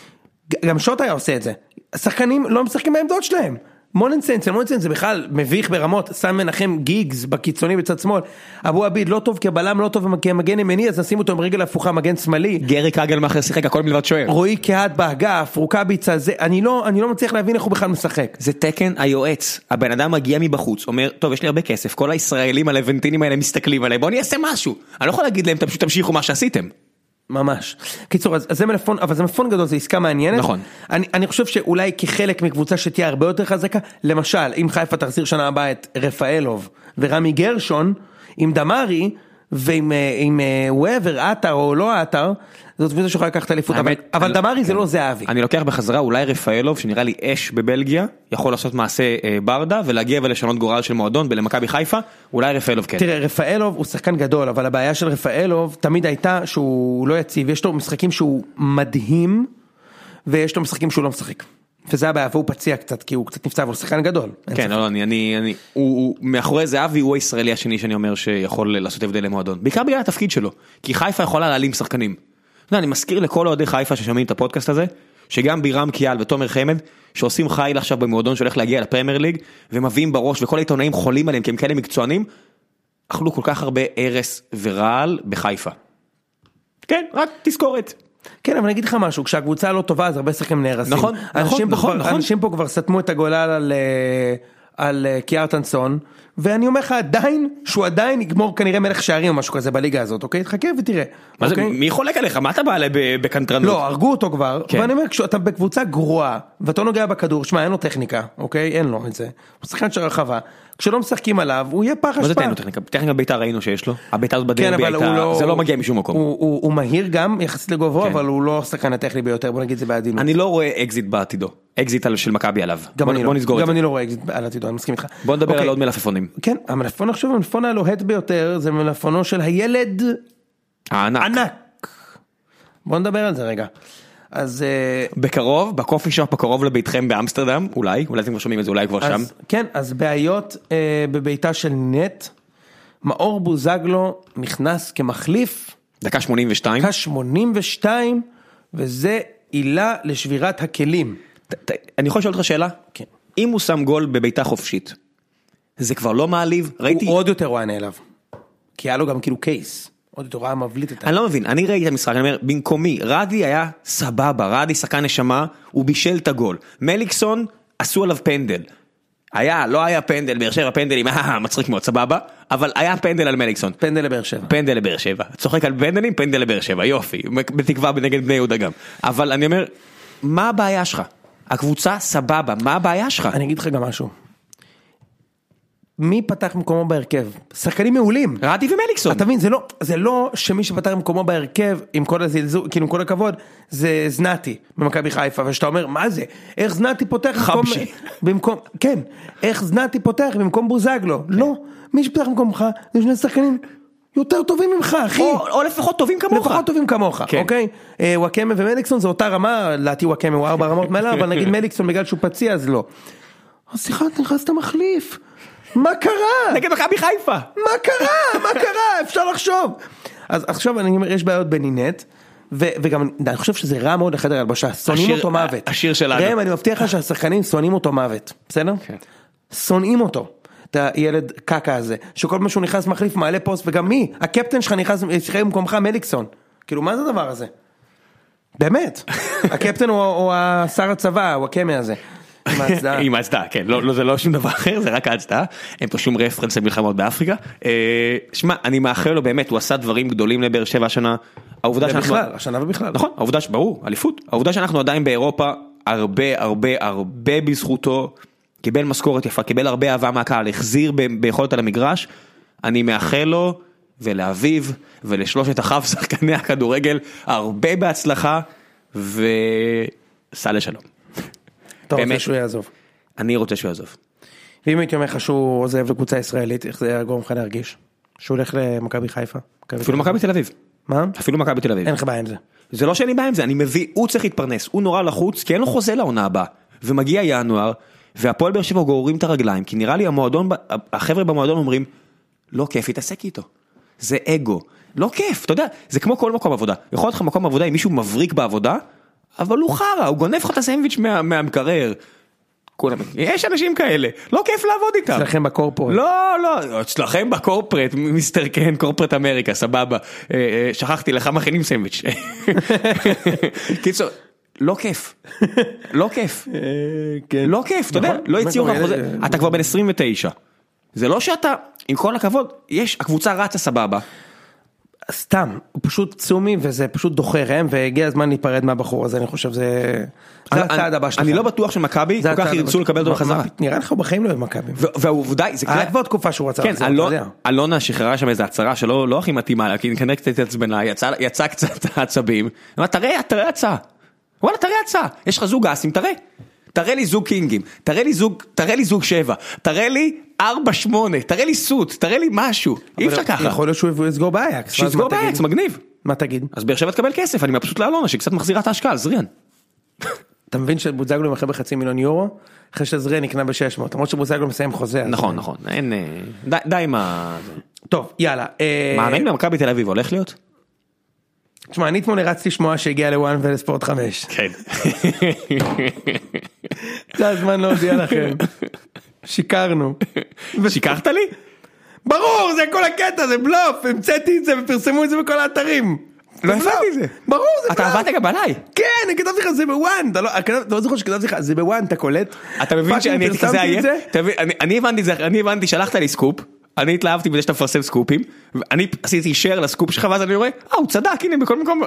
גם שוט היה עושה את זה. השחקנים לא משחקים בעמדות שלהם. מולנסיין, מולנסיין זה בכלל מביך ברמות, שם מנחם גיגס בקיצוני בצד שמאל, אבו עביד לא טוב כבלם, לא טוב כמגן ימני, אז נשים אותו עם רגל הפוכה, מגן שמאלי. גרי קגלמאכר שיחק הכל מלבד שוער. רועי קהת באגף, רוקאביצה, זה, אני לא, אני לא מצליח להבין איך הוא בכלל משחק. זה תקן היועץ, הבן אדם מגיע מבחוץ, אומר, טוב, יש לי הרבה כסף, כל הישראלים הלבנטינים האלה מסתכלים עליי, בוא אני אעשה משהו. אני לא יכול להגיד להם, פשוט תמשיכו מה שעשיתם. ממש. קיצור, אז זה מלפון, אבל זה מלפון גדול, זה עסקה מעניינת. נכון. אני, אני חושב שאולי כחלק מקבוצה שתהיה הרבה יותר חזקה, למשל, אם חיפה תחזיר שנה הבאה את רפאלוב ורמי גרשון, עם דמרי, ועם עם וובר, אתר או לא אתר, זאת קבוצה שיכולה לקחת אליפות, אבל, אבל דמרי זה לא זהבי. אני לוקח בחזרה, אולי רפאלוב, שנראה לי אש בבלגיה, יכול לעשות מעשה ברדה, ולהגיע ולשנות גורל של מועדון בלמכבי חיפה, אולי רפאלוב כן. תראה, רפאלוב הוא שחקן גדול, אבל הבעיה של רפאלוב תמיד הייתה שהוא לא יציב, יש לו משחקים שהוא מדהים, ויש לו משחקים שהוא לא משחק. וזה הבעיה, והוא פציע קצת, כי הוא קצת נפצע, אבל הוא שחקן גדול. כן, לא, אני, אני, אני, הוא, מאחורי זהבי הוא הישראלי השני שאני אומר שיכול לעשות הבדל למועדון. בעיקר בגלל התפקיד שלו, כי חיפה יכולה להעלים שחקנים. אני מזכיר לכל אוהדי חיפה ששומעים את הפודקאסט הזה, שגם בירם קיאל ותומר חמד, שעושים חיל עכשיו במועדון שהולך להגיע לפרמייר ליג, ומביאים בראש, וכל העיתונאים חולים עליהם, כי הם כאלה מקצוענים, אכלו כל כך הרבה הרס ורעל בחיפה. כן, רק תזכורת. כן, אבל אני אגיד לך משהו, כשהקבוצה לא טובה, אז הרבה שחקנים נהרסים. נכון, נכון, נכון, נכון. אנשים פה כבר סתמו את הגולל על, על קיארטנסון, ואני אומר לך עדיין, שהוא עדיין יגמור כנראה מלך שערים או משהו כזה בליגה הזאת, אוקיי? תחכה ותראה. מה זה, מי חולק עליך? מה אתה בא עליי בקנטרנות? לא, הרגו אותו כבר, ואני אומר, כשאתה בקבוצה גרועה, ואתה נוגע בכדור, שמה, אין לו טכניקה, אוקיי? אין לו את זה. הוא שחקן של רחבה. כשלא משחקים עליו, הוא יהיה פח השפעה. מה זה תהיינו טכניקה? טכניקה ביתר ראינו שיש לו. הביתר הזאת בדרבי הייתה, זה לא מגיע משום מקום. הוא מהיר גם, יחסית לגבוה, אבל הוא לא שחקן הטכני ביותר, בוא נגיד זה בעדינות. אני לא רואה אקזיט בעתידו. אקזיט של מכבי עליו. גם אני לא רואה אקזיט על עתידו, אני מסכים איתך. בוא נדבר על עוד מלפפונים. כן, המלפפון עכשיו, המלפפון הלוהט ביותר, זה מלפפונו של הילד הענק. בוא נדבר על זה רגע. אז בקרוב, בקופי שופ בקרוב לביתכם באמסטרדם, אולי, אולי אתם כבר שומעים את זה, אולי כבר שם. כן, אז בעיות בביתה של נט, מאור בוזגלו נכנס כמחליף. דקה שמונים ושתיים. דקה שמונים ושתיים, וזה עילה לשבירת הכלים. אני יכול לשאול אותך שאלה? כן. אם הוא שם גול בביתה חופשית, זה כבר לא מעליב? ראיתי... הוא עוד יותר רואה נעליו. כי היה לו גם כאילו קייס. עוד יותר רואה מבליט את זה. אני לא מבין, אני ראיתי את המשחק, אני אומר, במקומי, רדי היה סבבה, רדי שחקן נשמה, הוא בישל את הגול. מליקסון עשו עליו פנדל. היה, לא היה פנדל, באר שבע פנדלים, אה, מצחיק מאוד, סבבה, אבל היה פנדל על מליקסון. פנדל לבאר שבע. פנדל לבאר שבע. צוחק על פנדלים, פנדל לבאר שבע, יופי. בתקווה בנגד בני יהודה גם. אבל אני אומר, מה הבעיה שלך? הקבוצה סבבה, מה הבעיה שלך? אני אגיד לך גם משהו. מי פתח מקומו בהרכב? שחקנים מעולים. רדי ומליקסון. אתה מבין, זה לא, זה לא שמי שפתח מקומו בהרכב, עם כל הזלזול, כאילו עם כל הכבוד, זה זנתי במכבי חיפה, ושאתה אומר, מה זה? איך זנתי פותח חבשי. במקום, כן, איך זנתי פותח במקום בוזגלו? לא, מי שפתח מקומך, זה שני שחקנים יותר טובים ממך, אחי. או, או לפחות טובים כמוך. לפחות טובים כמוך, כן. אוקיי? וואקמה ומליקסון זה אותה רמה, לדעתי וואקמה הוא ארבע רמות מעלה, אבל נגיד מליקסון בגלל שהוא פציע, אז לא. אז סליחה, נכנסת מחליף. מה קרה? נגד מכבי חיפה. מה קרה? מה קרה? אפשר לחשוב. אז עכשיו אני אומר, יש בעיות בנינט, וגם אני חושב שזה רע מאוד לחדר הלבשה, שונאים אותו מוות. השיר שלנו. ראם, אני מבטיח לך שהשחקנים שונאים אותו מוות, בסדר? שונאים אותו. את הילד קקה הזה, שכל מה שהוא נכנס מחליף מעלה פוסט, וגם מי? הקפטן שלך נכנס, שחרר במקומך מליקסון. כאילו, מה זה הדבר הזה? באמת. הקפטן הוא השר הצבא, הוא הקמא הזה. עם ההצדעה. עם ההצדעה, כן. לא, זה לא שום דבר אחר, זה רק ההצדעה. אין פה שום רפרנס למלחמות באפריקה. שמע, אני מאחל לו באמת, הוא עשה דברים גדולים לבאר שבע השנה. העובדה שאנחנו... ובכלל, השנה ובכלל. נכון, העובדה שברור, אליפות. העובדה שאנחנו עדיין באירופה, הרבה, הרבה, הרבה בזכותו, קיבל משכורת יפה, קיבל הרבה אהבה מהקהל, החזיר ביכולת על המגרש. אני מאחל לו ולאביו ולשלושת אחיו שחקני הכדורגל, הרבה בהצלחה וסע לשלום. אתה רוצה שהוא יעזוב? אני רוצה שהוא יעזוב. ואם הייתי אומר לך שהוא עוזב לקבוצה ישראלית, איך זה יגרום לך להרגיש? שהוא הולך למכבי חיפה? אפילו מכבי תל אביב. מה? אפילו מכבי תל אביב. אין לך בעיה עם זה. זה לא שאין לי בעיה עם זה, אני מביא, הוא צריך להתפרנס, הוא נורא לחוץ, כי אין לו חוזה לעונה הבאה. ומגיע ינואר, והפועל באר שבע גוררים את הרגליים, כי נראה לי המועדון, החבר'ה במועדון אומרים, לא כיף, יתעסק איתו. זה אגו. לא כיף, אתה יודע, זה כמו כל מקום עבודה. יכול להיות לך מקום עבודה עם מישהו מבריק בעבודה, אבל הוא חרה, הוא גונב לך את הסנדוויץ' מה, מהמקרר. יש אנשים כאלה, לא כיף לעבוד איתם. אצלכם בקורפורט. לא, לא, אצלכם בקורפורט, מיסטר קן, קורפורט אמריקה, סבבה. שכחתי לך מכינים סנדוויץ'. קיצור, לא כיף. לא כיף. לא כיף, אתה יודע, לא הציעו לך חוזה. אתה כבר בן עשרים ותשע. זה לא שאתה, עם כל הכבוד, יש, הקבוצה רצה סבבה. סתם, הוא פשוט צומי וזה פשוט דוחה רם, והגיע הזמן להיפרד מהבחור הזה, אני חושב זה הצעד הבא שלך. אני לא בטוח שמכבי כל כך ירצו לקבל אותו בחזרה. נראה לך הוא בחיים לא במכבי. והעובדה, זה היה כבר תקופה שהוא רצה. כן, אלונה שחררה שם איזו הצהרה שלא לא הכי מתאימה, כי כנראה קצת עצבנה, יצא קצת העצבים, תראה, תראה הצעה. וואלה, תראה הצעה. יש לך זוג אסים, תראה. תראה לי זוג קינגים, תראה לי זוג, תראה לי זוג שבע, תראה לי ארבע שמונה, תראה לי סוט, תראה לי משהו. אי אפשר ככה. יכול להיות שהוא יסגור באייקס. שיסגור באייקס, מגניב. מה תגיד? אז באר שבע תקבל כסף, אני פשוט לאלונה שקצת מחזירה את ההשקעה, זריאן. אתה מבין שבוזגלו ימחר בחצי מיליון יורו, אחרי שזריאן נקנה ב-שש מאות, למרות שבוזגלו מסיים חוזה. נכון, נכון. אין, די מה... טוב, יאללה. מאמן במכבי תל אביב הולך להיות? תשמע, אני אתמול הרצתי לשמוע שהגיע לוואן ולספורט חמש. כן. זה הזמן להודיע לכם. שיקרנו. שיקרת לי? ברור, זה כל הקטע, זה בלוף, המצאתי את זה ופרסמו את זה בכל האתרים. לא הבנתי את זה. ברור, זה בלוף. אתה עבדת גם עליי. כן, אני כתבתי לך, זה בוואן. אתה לא זוכר שכתבתי לך, זה בוואן, אתה קולט. אתה מבין שאני הייתי כזה עייף? אני הבנתי את זה, אני הבנתי, שלחת לי סקופ. אני התלהבתי בזה שאתה מפרסם סקופים, ואני עשיתי share לסקופ שלך, ואז אני רואה, אה, הוא צדק, הנה, בכל מקום...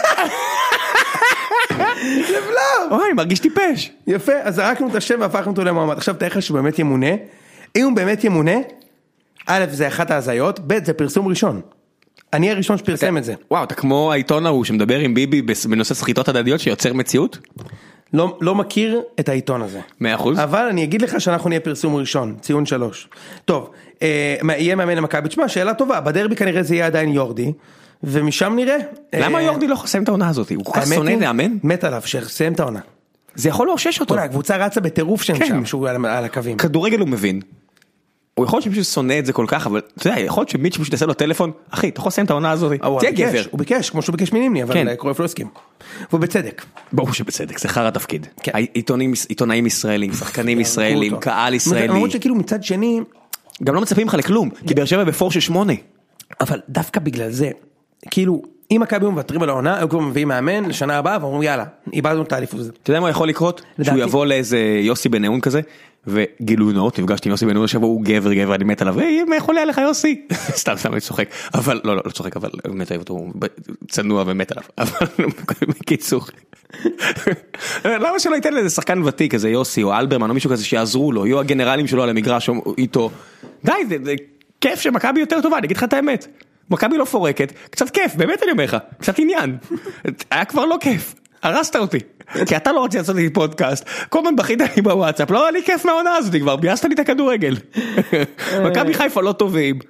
זה בלוף. אוי, מרגיש טיפש. יפה, אז זרקנו את השם והפכנו אותו למועמד. עכשיו, תאר לך שהוא באמת ימונה. אם הוא באמת ימונה, א', זה אחת ההזיות, ב', זה פרסום ראשון. אני הראשון שפרסם את זה. וואו, אתה כמו העיתון ההוא שמדבר עם ביבי בנושא סחיטות הדדיות שיוצר מציאות? לא, לא מכיר את העיתון הזה. מאה אחוז. אבל אני אגיד לך שאנחנו נהיה פרסום ראשון, ציון שלוש. טוב, אה, יהיה מאמן למכבי. תשמע, שאלה טובה, בדרבי כנראה זה יהיה עדיין יורדי, ומשם נראה. למה אה, יורדי לא חוסם את העונה הזאת? הוא כל כך שונא לאמן? מת עליו, שחסם את העונה. זה יכול להושש אותו. בוא'נה, הקבוצה רצה בטירוף שם, כן. שם, שהוא על, על הקווים. כדורגל הוא מבין. הוא יכול להיות שמישהו שונא את זה כל כך, אבל אתה יודע, יכול להיות שמישהו שתעשה לו טלפון, אחי, אתה יכול לסיים את העונה הזאת, תהיה גבר. הוא ביקש, כמו שהוא ביקש מנימני, אבל קרויף לא הסכים. ובצדק. ברור שבצדק, זה חרא תפקיד. עיתונאים ישראלים, שחקנים ישראלים, קהל ישראלי. למרות שכאילו מצד שני, גם לא מצפים לך לכלום, כי באר שבע בפור של שמונה. אבל דווקא בגלל זה, כאילו, אם מכבי מוותרים על העונה, הם כבר מביאים מאמן לשנה הבאה, ואומרים יאללה, איבדנו את האליפות הזה. אתה יודע מה יכול לקרות? שהוא יבוא לאיזה יוסי בן נאון כזה, וגילוי נאות, נפגשתי עם יוסי בן נאון השבוע, הוא גבר גבר, אני מת עליו, מה יכול עליך יוסי? סתם, סתם, אני צוחק, אבל, לא, לא, לא צוחק, אבל אני מת אוהב אותו, הוא צנוע ומת עליו, אבל בקיצור. למה שלא ייתן לאיזה שחקן ותיק, איזה יוסי או אלברמן, או מישהו כזה שיעזרו לו, יהיו הגנרלים שלו על המגרש איתו, די, זה כיף שמכבי יותר טובה, אני אגיד לך את האמת. מכבי לא פורקת, קצת כיף, באמת אני אומר לך, קצת עניין. היה כבר לא כיף, הרסת אותי. כי אתה לא רוצה לעשות לי פודקאסט, כל הזמן בכית לי בוואטסאפ, לא היה לי כיף מהעונה הזאת כבר, ביאסת לי את הכדורגל. מכבי חיפה לא טובים,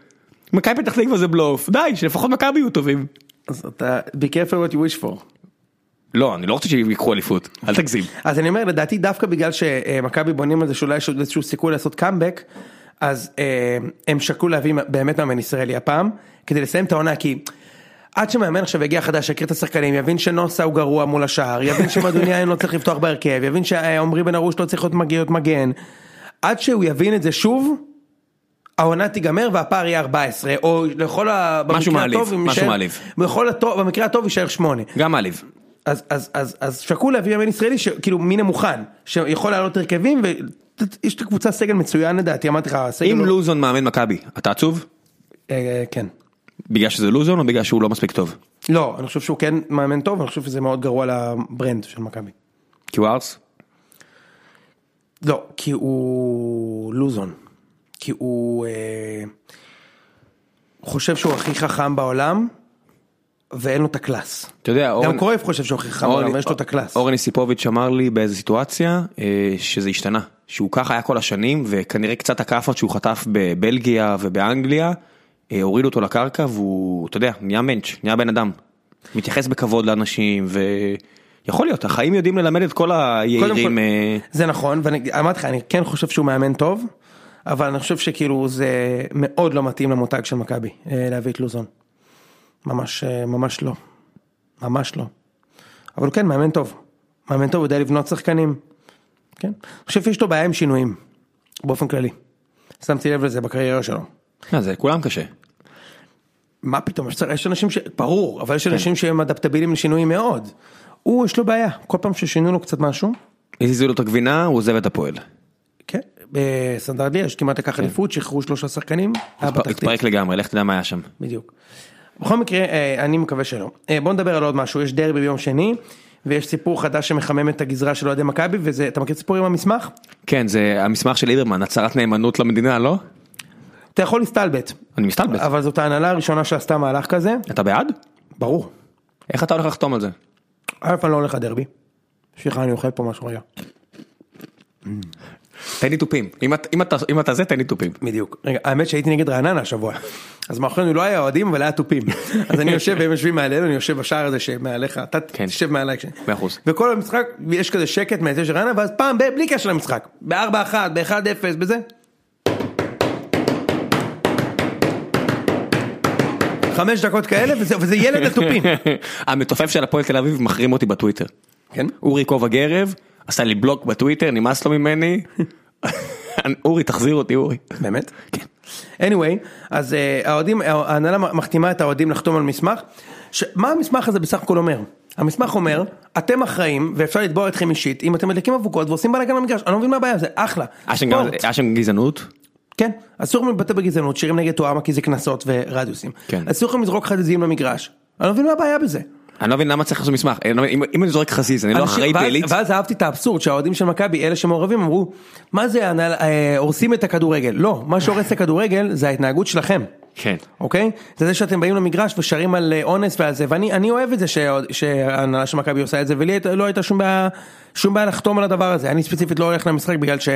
מכבי פתח תקווה זה בלוף, די, שלפחות מכבי יהיו טובים. אז אתה, be careful what you wish for. לא, אני לא רוצה שיקחו אליפות, אל תגזים. אז אני אומר, לדעתי דווקא בגלל שמכבי בונים על זה שאולי יש איזשהו סיכוי לעשות קאמבק, אז הם שקלו להביא באמת מאמן ישראלי הפעם, כדי לסיים את העונה, כי עד שמאמן עכשיו יגיע חדש, יכיר את השחקנים, יבין שנוסה הוא גרוע מול השער, יבין שמדוניאן לא צריך לפתוח בהרכב, יבין שעומרי בן ארוש לא צריך להיות מגן, עד שהוא יבין את זה שוב, העונה תיגמר והפער יהיה ארבע עשרה, או לכל ה... משהו מעליב, משהו מעליב. במקרה הטוב יישאר שמונה. גם מעליב. אז, אז, אז, אז שקול להביא מאמן ישראלי שכאילו מינה מוכן, שיכול לעלות הרכבים, ויש את הקבוצה סגל מצוין לדעתי, אמרתי לך, סגל... אם לוזון מאמן מכבי, אתה עצוב? כן. בגלל שזה לוזון או בגלל שהוא לא מספיק טוב? לא, אני חושב שהוא כן מאמן טוב, אני חושב שזה מאוד גרוע לברנד של מכבי. כי הוא ארס? לא, כי הוא לוזון. כי הוא אה, חושב שהוא הכי חכם בעולם, ואין לו את הקלאס. אתה יודע, גם קרויף חושב שהוא הכי חכם בעולם, ויש לו את הקלאס. אורן יסיפוביץ' אמר לי באיזו סיטואציה, אה, שזה השתנה. שהוא ככה היה כל השנים, וכנראה קצת הכאפות שהוא חטף בבלגיה ובאנגליה, אה, הוריד אותו לקרקע, והוא, אתה יודע, נהיה מנץ', נהיה בן אדם. מתייחס בכבוד לאנשים, ו... יכול להיות, החיים יודעים ללמד את כל היעירים. זה נכון, ואני אמרתי לך, אני כן חושב שהוא מאמן טוב, אבל אני חושב שכאילו זה מאוד לא מתאים למותג של מכבי, להביא את לוזון. ממש, ממש לא. ממש לא. אבל הוא כן, מאמן טוב. מאמן טוב, הוא יודע לבנות שחקנים. כן? אני חושב שיש לו בעיה עם שינויים, באופן כללי. שמתי לב לזה בקריירה שלו. זה כולם קשה. מה פתאום? יש אנשים ש... ברור, אבל יש אנשים שהם אדפטבילים לשינויים מאוד. הוא, יש לו בעיה. כל פעם ששינו לו קצת משהו. הזיזו לו את הגבינה, הוא עוזב את הפועל. כן. בסטנדרטי, יש כמעט לקח אליפות, שחררו שלושה שחקנים. התפרק לגמרי, לך תדע מה היה שם. בדיוק. בכל מקרה, אני מקווה שלא. בוא נדבר על עוד משהו. יש דרבי ביום שני, ויש סיפור חדש שמחמם את הגזרה של אוהדי מכבי, וזה, אתה מכיר סיפור עם המסמך? כן, זה המסמך של ליברמן, הצהרת נאמנות למדינה, לא? אתה יכול להסתלבט. אני מסתלבט. אבל זאת ההנהלה הראשונה שעשתה מהלך כזה. אתה בעד? ברור. איך אתה הולך לחתום על זה? אף אני לא הולך לדרבי. שליחה, אני אוכל פה משהו רגע. תן לי טופים. אם אתה זה, תן לי טופים. בדיוק. רגע, האמת שהייתי נגד רעננה השבוע. אז מאחורינו לא היה אוהדים, אבל היה טופים. אז אני יושב והם יושבים מעלינו, אני יושב בשער הזה שמעליך, אתה תשב מעלי. מאה אחוז. וכל המשחק, יש כזה שקט מהיצר של רעננה, ואז פעם, בלי קשר למשחק. ב-ארבע אחת, ב-אחד אפס, בזה. חמש דקות כאלה, וזה ילד הטופים. המתופף של הפועל תל אביב מחרים אותי בטוויטר. כן? אורי קוב הגרב, עשה לי בלוק בטוויטר, נמאס לו ממני. אורי, תחזיר אותי, אורי. באמת? כן. anyway, אז האוהדים, ההנהלה מחתימה את האוהדים לחתום על מסמך. מה המסמך הזה בסך הכל אומר? המסמך אומר, אתם אחראים, ואפשר לתבוע אתכם אישית, אם אתם מדליקים אבוקות ועושים בלגן למגרש. אני לא מבין מה הבעיה, זה אחלה. היה שם גזענות? כן, אסור להתבטא בגזענות, שירים נגד תואמה כי זה כנסות ורדיוסים. אסור לכם לזרוק חזיזים למגרש. אני לא מבין מה הבעיה בזה. אני לא מבין למה צריך לעשות מסמך, אם אני זורק חזיז, אני לא אחראי בעילית. ואז אהבתי את האבסורד, שהאוהדים של מכבי, אלה שמעורבים, אמרו, מה זה, הורסים את הכדורגל? לא, מה שהורס את הכדורגל זה ההתנהגות שלכם. כן. אוקיי? זה זה שאתם באים למגרש ושרים על אונס ועל זה, ואני אוהב את זה שההנהלה של מכבי עושה את זה, ולי לא הייתה שום בעיה לחתום על הדבר הזה. אני ספציפית לא הולך למשחק בגלל ש...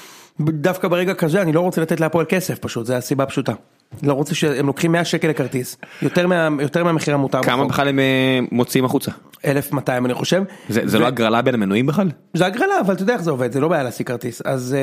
דווקא ברגע כזה אני לא רוצה לתת להפועל כסף פשוט, זה הסיבה פשוטה. לא רוצה שהם לוקחים מאה שקל לכרטיס, יותר מה, יותר מהמחיר המותר. כמה בכלל הם מוציאים החוצה? אלף ומאתיים אני חושב. זה, זה ו... לא הגרלה בין המנויים בכלל? זה הגרלה, אבל אתה יודע איך זה עובד, זה לא בעיה להשיג כרטיס. אז,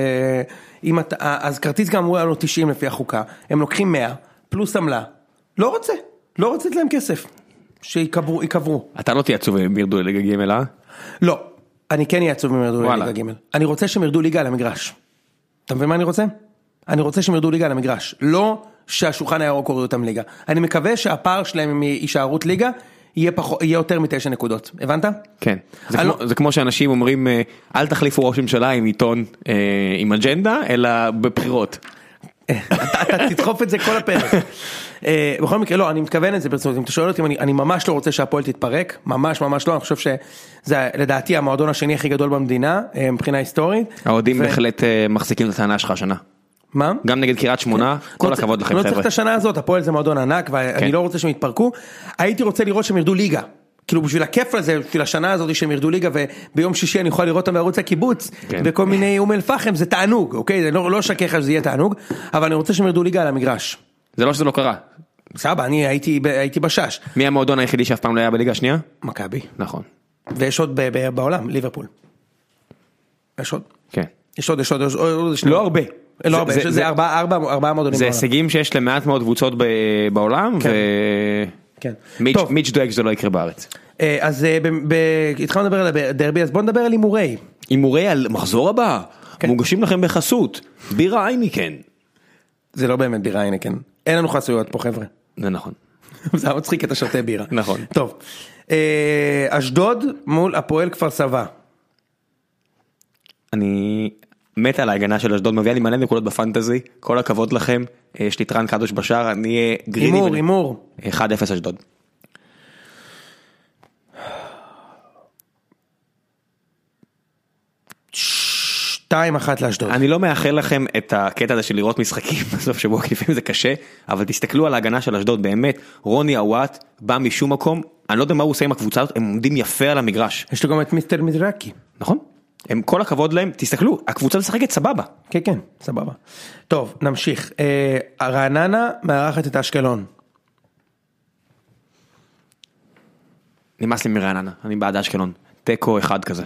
אם אתה, אז כרטיס גם אמרו לנו תשעים לפי החוקה, הם לוקחים מאה, פלוס עמלה. לא רוצה, לא רוצה לתת להם כסף. שיקברו, יקברו. אתה לא תהיה עצוב אם ירדו לליגה ג' אה? לא, אני כן אהיה עצוב אם ירדו לליגה ג'. אני רוצה שהם ירדו ליגה למגרש. אתה מבין מה אני רוצה? אני רוצה שהם ירדו ליגה למגרש, לא שהשולחן הירוק הוריד אותם ליגה. אני מקווה שהפער שלהם עם הישארות ליגה יהיה, פחות, יהיה יותר מתשע נקודות. הבנת? כן. זה, כמו, לא... זה כמו שאנשים אומרים, אל תחליפו ראש ממשלה עם עיתון, אה, עם אג'נדה, אלא בבחירות. אתה, אתה תדחוף את זה כל הפרק. אה, בכל מקרה, לא, אני מתכוון את זה ברצונות. אם אתה שואל אותי, אני, אני ממש לא רוצה שהפועל תתפרק, ממש ממש לא, אני חושב שזה לדעתי המועדון השני הכי גדול במדינה, מבחינה היסטורית. האוהדים ו... בהחלט מחזיקים את הטענה שלך השנה. מה? גם נגד קריית שמונה, כל הכבוד לכם חבר'ה. לא צריך את השנה הזאת, הפועל זה מועדון ענק, ואני לא רוצה שהם יתפרקו. הייתי רוצה לראות שהם ירדו ליגה. כאילו בשביל הכיף הזה, בשביל השנה הזאת שהם ירדו ליגה, וביום שישי אני יכול לראות אותם בערוץ הקיבוץ, וכל מיני אום אל פחם, זה תענוג, אוקיי? זה לא שקח שזה יהיה תענוג, אבל אני רוצה שהם ירדו ליגה על המגרש. זה לא שזה לא קרה. סבא, אני הייתי, הייתי בשש. מי המועדון היחידי שאף פעם לא היה בליגה השנייה? מכבי. נכון. ויש עוד בעולם, ליברפול. יש עוד. כן. יש עוד, יש עוד, יש עוד. לא הרבה. לא הרבה, זה, זה ארבעה, ארבעה, ארבעה מועדונים זה בעולם. הישגים שיש למעט מאוד קבוצות בעולם, כן. ו... כן. מיץ' דואג שזה לא יקרה בארץ. אז התחלנו לדבר על הדרבי, אז בוא נדבר על הימורי. הימורי על מחזור הבא, מוגשים לכם בחסות, בירה אייניקן. זה לא באמת בירה אייניקן, אין לנו חסויות פה חבר'ה. זה נכון. זה מצחיק את השותה בירה. נכון. טוב, אשדוד מול הפועל כפר סבא. אני מת על ההגנה של אשדוד, מביאה לי מלא נקודות בפנטזי, כל הכבוד לכם, יש לי טרן קדוש בשער, אני אהיה גרידי. הימור, הימור. אחד אפס אשדוד. שתיים אחת לאשדוד. אני לא מאחל לכם את הקטע הזה של לראות משחקים בסוף שבוע, כי לפעמים זה קשה, אבל תסתכלו על ההגנה של אשדוד, באמת, רוני אוואט בא משום מקום, אני לא יודע מה הוא עושה עם הקבוצה הזאת, הם עומדים יפה על המגרש. יש לו גם את מיסטר מזרקי. נכון? הם כל הכבוד להם, תסתכלו, הקבוצה משחקת סבבה. כן, כן, סבבה. טוב, נמשיך. רעננה מארחת את אשקלון. נמאס לי מרעננה, אני בעד אשקלון. טקו אחד כזה.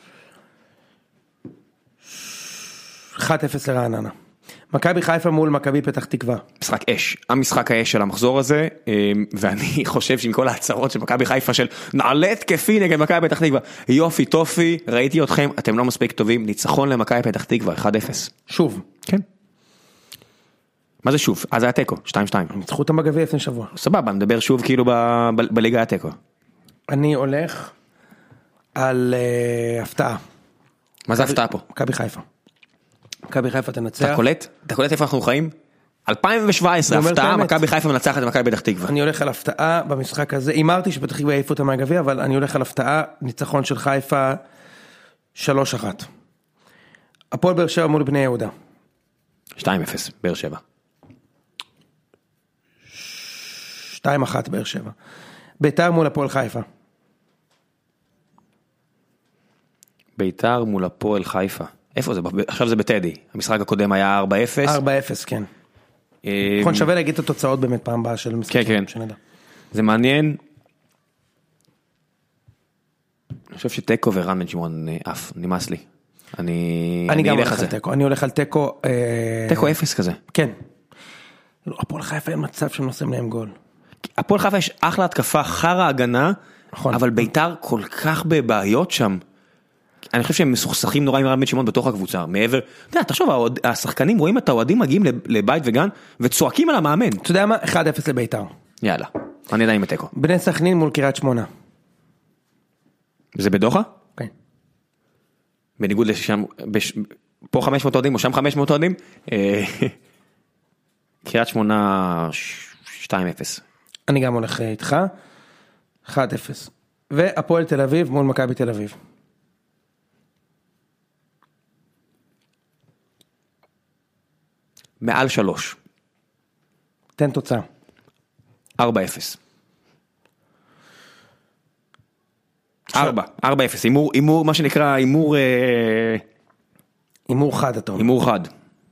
אחת אפס לרעננה. מכבי חיפה מול מכבי פתח תקווה. משחק אש, המשחק האש של המחזור הזה, ואני חושב שעם כל ההצהרות של מכבי חיפה של נעלה התקפי נגד מכבי פתח תקווה, יופי טופי, ראיתי אתכם, אתם לא מספיק טובים, ניצחון למכבי פתח תקווה, אחד אפס. שוב. כן. מה זה שוב? אז היה טקו, שתיים שתיים. ניצחו אותם בגביע לפני שבוע. סבבה, נדבר שוב כאילו בליגה היה טקו. אני הולך על הפתעה. מה זה הפתעה פה? מכבי חיפה. מכבי חיפה תנצח. אתה קולט? אתה קולט איפה אנחנו חיים? אלפיים שבע עשרה, הפתעה, מכבי חיפה מנצחת את מכבי פתח תקווה. אני הולך על הפתעה במשחק הזה, אמרתי שפתח תקווה יעיפו אותה מהגביע, אבל אני הולך על הפתעה, ניצחון של חיפה, שלוש אחת. הפועל באר שבע מול בני יהודה. שתיים אפס, באר שבע. שתיים אחת באר שבע. ביתר מול הפועל חיפה. ביתר מול הפועל חיפה. איפה זה? עכשיו זה בטדי. המשחק הקודם היה ארבע אפס. ארבע אפס, כן. נכון, שווה להגיד את התוצאות באמת פעם הבאה של המשחק. כן, כן. שנדע. זה מעניין. אני חושב שטקו ורן בן שמעון אף, נמאס לי. אני... אני גם הולך על טקו. אני הולך על טקו... טקו אפס כזה. כן. הפועל חיפה אין מצב שהם נושאים להם גול. הפועל חיפה יש אחלה התקפה, חרה הגנה, אבל ביתר כל כך בבעיות שם. אני חושב שהם מסוכסכים נורא עם רן בן שמעון בתוך הקבוצה, מעבר, אתה יודע, תחשוב, השחקנים רואים את האוהדים מגיעים לבית וגן, וצועקים על המאמן. אתה יודע מה? אחד אפס לביתר. יאללה, אני יודע עם הטקו. בני סכנין מול קריית שמונה. זה בדוחה? כן. בניגוד לשם, פה חמש מאות אוהדים, או שם חמש מאות אוהדים, קריית שמונה שתיים אפס. אני גם הולך איתך, אחד אפס. והפועל תל אביב מול מכבי תל אביב. מעל שלוש. תן תוצאה. ארבע אפס. ארבע, ארבע אפס. אימור, אימור, מה שנקרא, אימור... אימור חד, אתה אומר. אימור חד.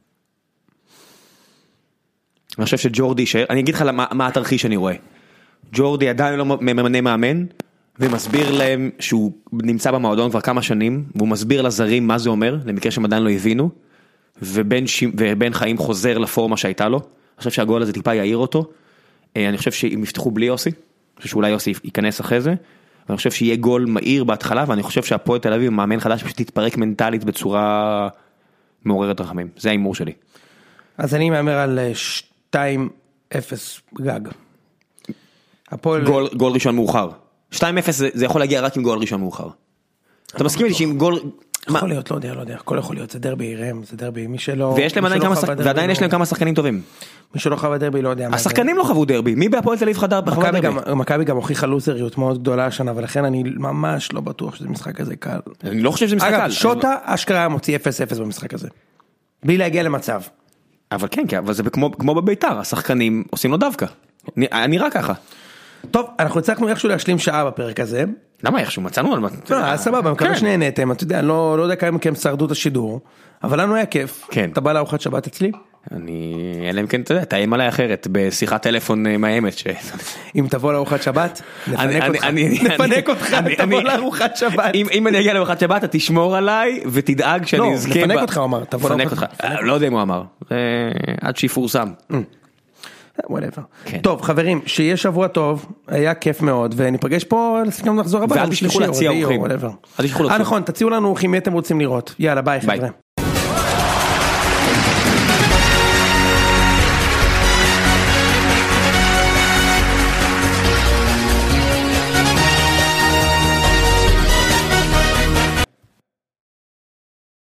אני חושב שג'ורדי, אני אגיד לך מה התרחיש שאני רואה. ג'ורדי עדיין לא ממנה מאמן, ומסביר להם שהוא נמצא במועדון כבר כמה שנים, והוא מסביר לזרים מה זה אומר, למקרה שהם עדיין לא הבינו, ובן, ש... ובן חיים חוזר לפורמה שהייתה לו. אני חושב שהגול הזה טיפה יעיר אותו. אני חושב שהם יפתחו בלי יוסי. אני חושב שאולי יוסי ייכנס אחרי זה. ואני חושב שיהיה גול מהיר בהתחלה, ואני חושב שהפועל תל אביב מאמן חדש פשוט יתפרק מנטלית בצורה מעוררת רחמים. זה האימור שלי. אז אני מאמר על שתיים אפס גג. הפועל... גול, גול ראשון מאוחר. שתיים אפס זה, זה יכול להגיע רק עם גול ראשון מאוחר. אתה מסכים לי שעם גול... יכול להיות, לא יודע, לא יודע, הכל יכול להיות, זה דרבי רם, זה דרבי, מי שלא... ויש להם עדיין כמה שחקנים, ועדיין יש להם כמה שחקנים טובים. מי שלא חווה דרבי לא יודע. השחקנים לא חוו דרבי, מי בהפועל תל אביב חווה דרבי? מכבי גם הוכיחה לוזריות מאוד גדולה השנה, ולכן אני ממש לא בטוח שזה משחק כזה קל. אני לא חושב שזה משחק קל. אגב, שוטה אשכרה מוציא אפס אפס במשחק הזה. בלי להגיע למצב. אבל כן, אבל זה כמו בביתר, השחקנים עושים לו דווקא. אני רק ככה. טוב, אנחנו הצלחנו איכשהו להשלים שעה בפרק הזה. למה איכשהו? מצאנו על מה? לא, סבבה, מקווה שנהנתם, אתה יודע, לא יודע כמה מכם שרדו את השידור, אבל לנו היה כיף. כן. אתה בא לארוחת שבת אצלי? אני, אלא אם כן, אתה יודע, תאיים עליי אחרת, בשיחת טלפון מאיימת. אם תבוא לארוחת שבת, נפנק אותך. נפנק אותך, תבוא לארוחת שבת. אם אני אגיע לארוחת שבת, אתה תשמור עליי, ותדאג שאני אזכה. לא, נפנק אותך, הוא אמר. נפנק אותך. לא יודע אם הוא אמר. עד שיפורסם. whatever. טוב חברים, שיהיה שבוע טוב, היה כיף מאוד, וניפגש פה לסיכום נחזור הבא. ואל תשלחו להציע אורחים. אה נכון, תציעו לנו אורחים מי אתם רוצים לראות. יאללה ביי חבר'ה.